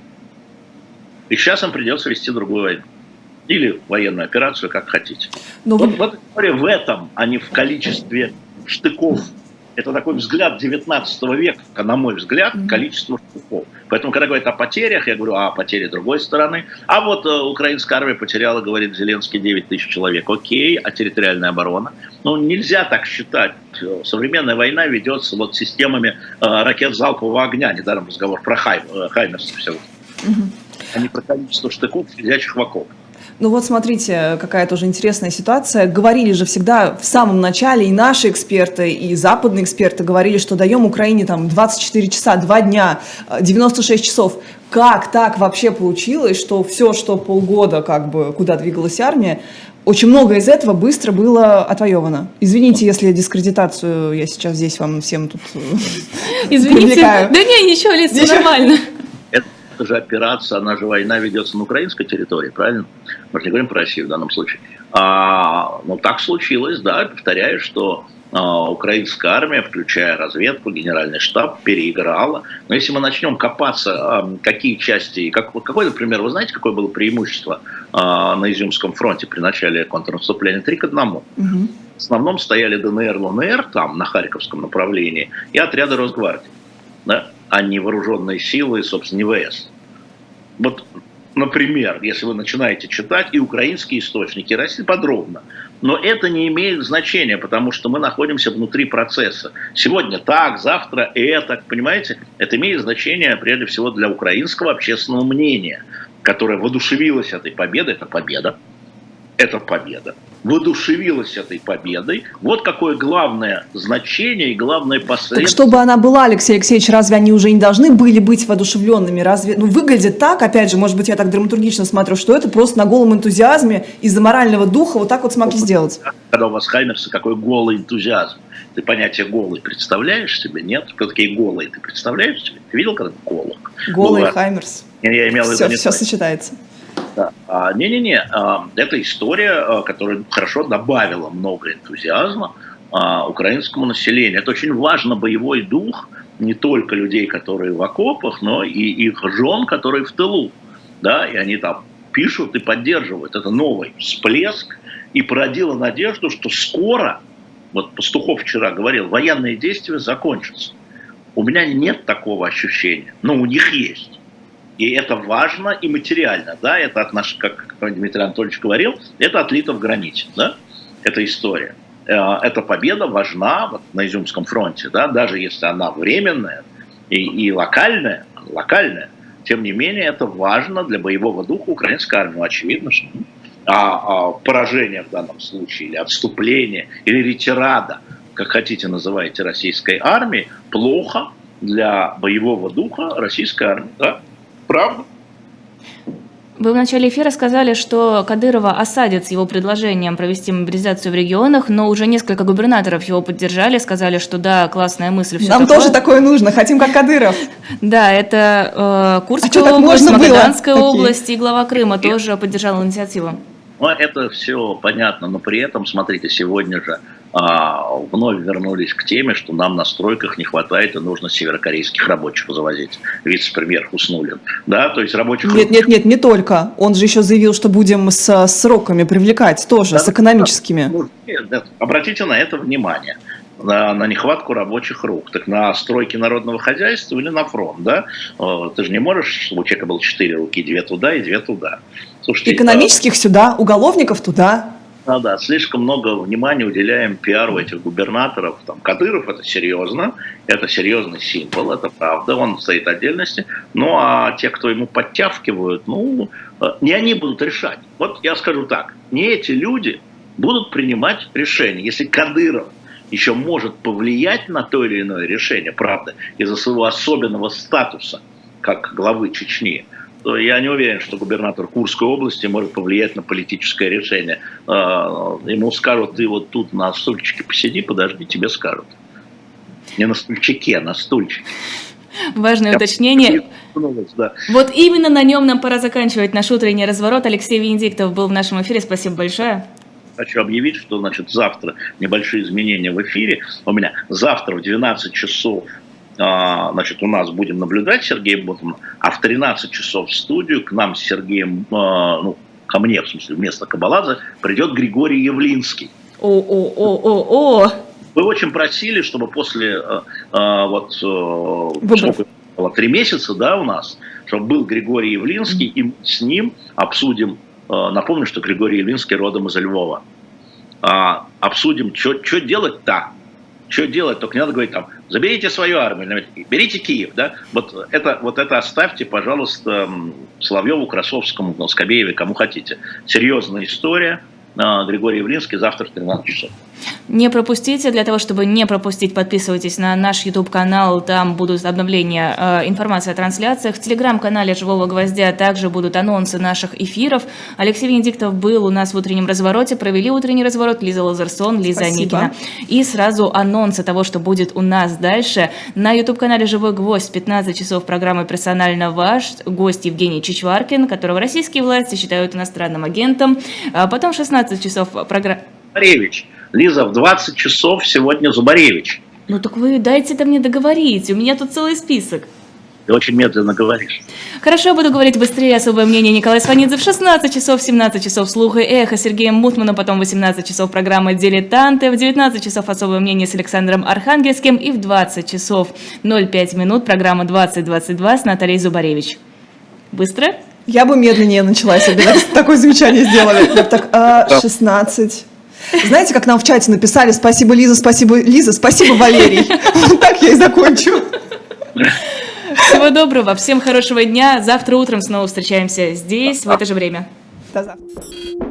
И сейчас им придется вести другую войну. Или военную операцию, как хотите. Но вот, вы... вот история в этом, а не в количестве штыков. Это такой взгляд девятнадцатого века, на мой взгляд, mm-hmm. количество штыков. Поэтому, когда говорят о потерях, я говорю, а, потери другой стороны. А вот э, украинская армия потеряла, говорит Зеленский, девять тысяч человек. Окей, а территориальная оборона? Ну, нельзя так считать. Современная война ведется вот системами э, ракет залпового огня. Недаром разговор про хай, э, Хаймерс все. Mm-hmm. А не про количество штыков, сидящих в окопах. Ну вот смотрите, какая тоже интересная ситуация. Говорили же всегда в самом начале, и наши эксперты, и западные эксперты говорили, что даем Украине там двадцать четыре часа, два дня, девяносто шесть часов. Как так вообще получилось, что все, что полгода, как бы, куда двигалась армия, очень много из этого быстро было отвоевано. Извините, если дискредитацию я сейчас здесь вам всем тут Извините, привлекаю. Да не, ничего, Лиз, все нормально. Это же операция, она же война ведется на украинской территории, правильно? Мы же не говорим про Россию в данном случае. А, ну, так случилось, да, повторяю, что а, украинская армия, включая разведку, генеральный штаб, переиграла. Но если мы начнем копаться, а, какие части, как, какой, например, вы знаете, какое было преимущество а, на Изюмском фронте при начале контрнаступления? Три к одному. Угу. В основном стояли ДНР, ЛНР, там, на Харьковском направлении, и отряды Росгвардии, да? А не вооруженные силы, собственно, не ВС. Вот, например, если вы начинаете читать и украинские источники, России подробно, но это не имеет значения, потому что мы находимся внутри процесса. Сегодня так, завтра это, понимаете? Это имеет значение, прежде всего, для украинского общественного мнения, которое воодушевилось этой победой. Это победа. Это победа. Воодушевилась этой победой. Вот какое главное значение и главное последствие. Так чтобы она была, Алексей Алексеевич, разве они уже не должны были быть воодушевленными? Разве, ну, выглядит так, опять же, может быть, я так драматургично смотрю, что это просто на голом энтузиазме из-за морального духа вот так вот смогли сделать. Когда у вас Хаймерсы, какой голый энтузиазм. Ты понятие голый представляешь себе? Нет? Кто такие голые? Ты представляешь себе? Ты видел когда голых? Голый ну, Хаймерс. Я имел в виду все, все сочетается. Да. А, не-не-не, а, это история, а, которая хорошо добавила много энтузиазма а, украинскому населению. Это очень важно, боевой дух не только людей, которые в окопах, но и их жен, которые в тылу. Да? И они там пишут и поддерживают. Это новый всплеск и породило надежду, что скоро, вот Пастухов вчера говорил, военные действия закончатся. У меня нет такого ощущения, но у них есть. И это важно и материально, да, это от наших, как Дмитрий Анатольевич говорил, это отлито в граните, да, эта история. Эта победа важна вот на Изюмском фронте, да, даже если она временная и, и локальная, локальная, тем не менее это важно для боевого духа украинской армии. Очевидно, что а, а поражение в данном случае, или отступление, или ретирада, как хотите называйте, российской армии, плохо для боевого духа российской армии, да. Правда? Вы в начале эфира сказали, что Кадырова осадят с его предложением провести мобилизацию в регионах, но уже несколько губернаторов его поддержали, сказали, что да, классная мысль. Все Нам такое. Тоже такое нужно, хотим как Кадыров. Да, это э, Курская а область, Магаданская область и глава Крыма тоже поддержала инициативу. Ну, это все понятно, но при этом, смотрите, сегодня же а, вновь вернулись к теме, что нам на стройках не хватает и нужно северокорейских рабочих завозить. Вице-премьер Хуснуллин. Да, то есть рабочих... Нет, нет, нет, не только. Он же еще заявил, что будем с сроками привлекать тоже, да, с экономическими. Да, нет, нет, обратите на это внимание. На, на нехватку рабочих рук. Так на стройки народного хозяйства или на фронт, да? Ты же не можешь, чтобы у человека было четыре руки, две туда и две туда. Слушайте, экономических а... сюда, уголовников туда. Да, да, слишком много внимания уделяем пиару этих губернаторов. Там, Кадыров — это серьезно, это серьезный символ, это правда, он стоит в отдельности. Ну, а те, кто ему подтягивают, ну, не они будут решать. Вот я скажу так, не эти люди будут принимать решения. Если Кадыров еще может повлиять на то или иное решение, правда, из-за своего особенного статуса, как главы Чечни, я не уверен, что губернатор Курской области может повлиять на политическое решение. Ему скажут: ты вот тут на стульчике посиди, подожди, тебе скажут. Не на стульчике, а на стульчике. Важное Я уточнение. Да. Вот именно на нем нам пора заканчивать наш утренний разворот. Алексей Венедиктов был в нашем эфире. Спасибо большое. Хочу объявить, что, значит, завтра небольшие изменения в эфире. У меня завтра в двенадцать часов, значит, у нас будем наблюдать Сергея Мутмана, а в тринадцать часов в студию к нам с Сергеем, ну, ко мне, в смысле, вместо Кабаладзе, придет Григорий Явлинский. О-о-о-о-о! Вы очень просили, чтобы после вот сколько было, три месяца, да, у нас, чтобы был Григорий Явлинский, mm-hmm. и с ним обсудим. Напомню, что Григорий Явлинский родом из Львова. А, обсудим, что делать-то. Что делать, только не надо говорить там: заберите свою армию, берите Киев. Да? Вот, это, вот это оставьте, пожалуйста, Соловьеву, Красовскому, Скобееве, кому хотите. Серьезная история. Григорий Явлинский завтра в тринадцать часов. Не пропустите. Для того, чтобы не пропустить, подписывайтесь на наш YouTube-канал. Там будут обновления э, информации о трансляциях. В Телеграм-канале «Живого гвоздя» также будут анонсы наших эфиров. Алексей Венедиктов был у нас в утреннем развороте. Провели утренний разворот Лиза Лазерсон, Лиза Спасибо. Аникина. И сразу анонсы того, что будет у нас дальше. На YouTube-канале «Живой гвоздь» в пятнадцать часов программы «Персонально ваш». Гость Евгений Чичваркин, которого российские власти считают иностранным агентом. А потом в шестнадцать часов программа... Зубаревич. Лиза, в двадцать часов сегодня Зубаревич. Ну так вы дайте-то мне договорить, у меня тут целый список. Ты очень медленно говоришь. Хорошо, буду говорить быстрее. Особое мнение Николай Сванидзе в шестнадцать часов, в семнадцать часов «Слух и эхо» с Сергеем Мутманом, потом в восемнадцать часов программа «Дилетанты», в девятнадцать часов особое мнение с Александром Архангельским и в двадцать часов ноль пять минут программа двадцать двадцать два с Натальей Зубаревич. Быстро? Я бы медленнее начала, если бы такое замечание сделали. Я бы так, а, шестнадцать. Знаете, как нам в чате написали: спасибо, Лиза, спасибо, Лиза, спасибо, Валерий. Вот так я и закончу. Всего доброго, всем хорошего дня. Завтра утром снова встречаемся здесь, в это же время. До завтра.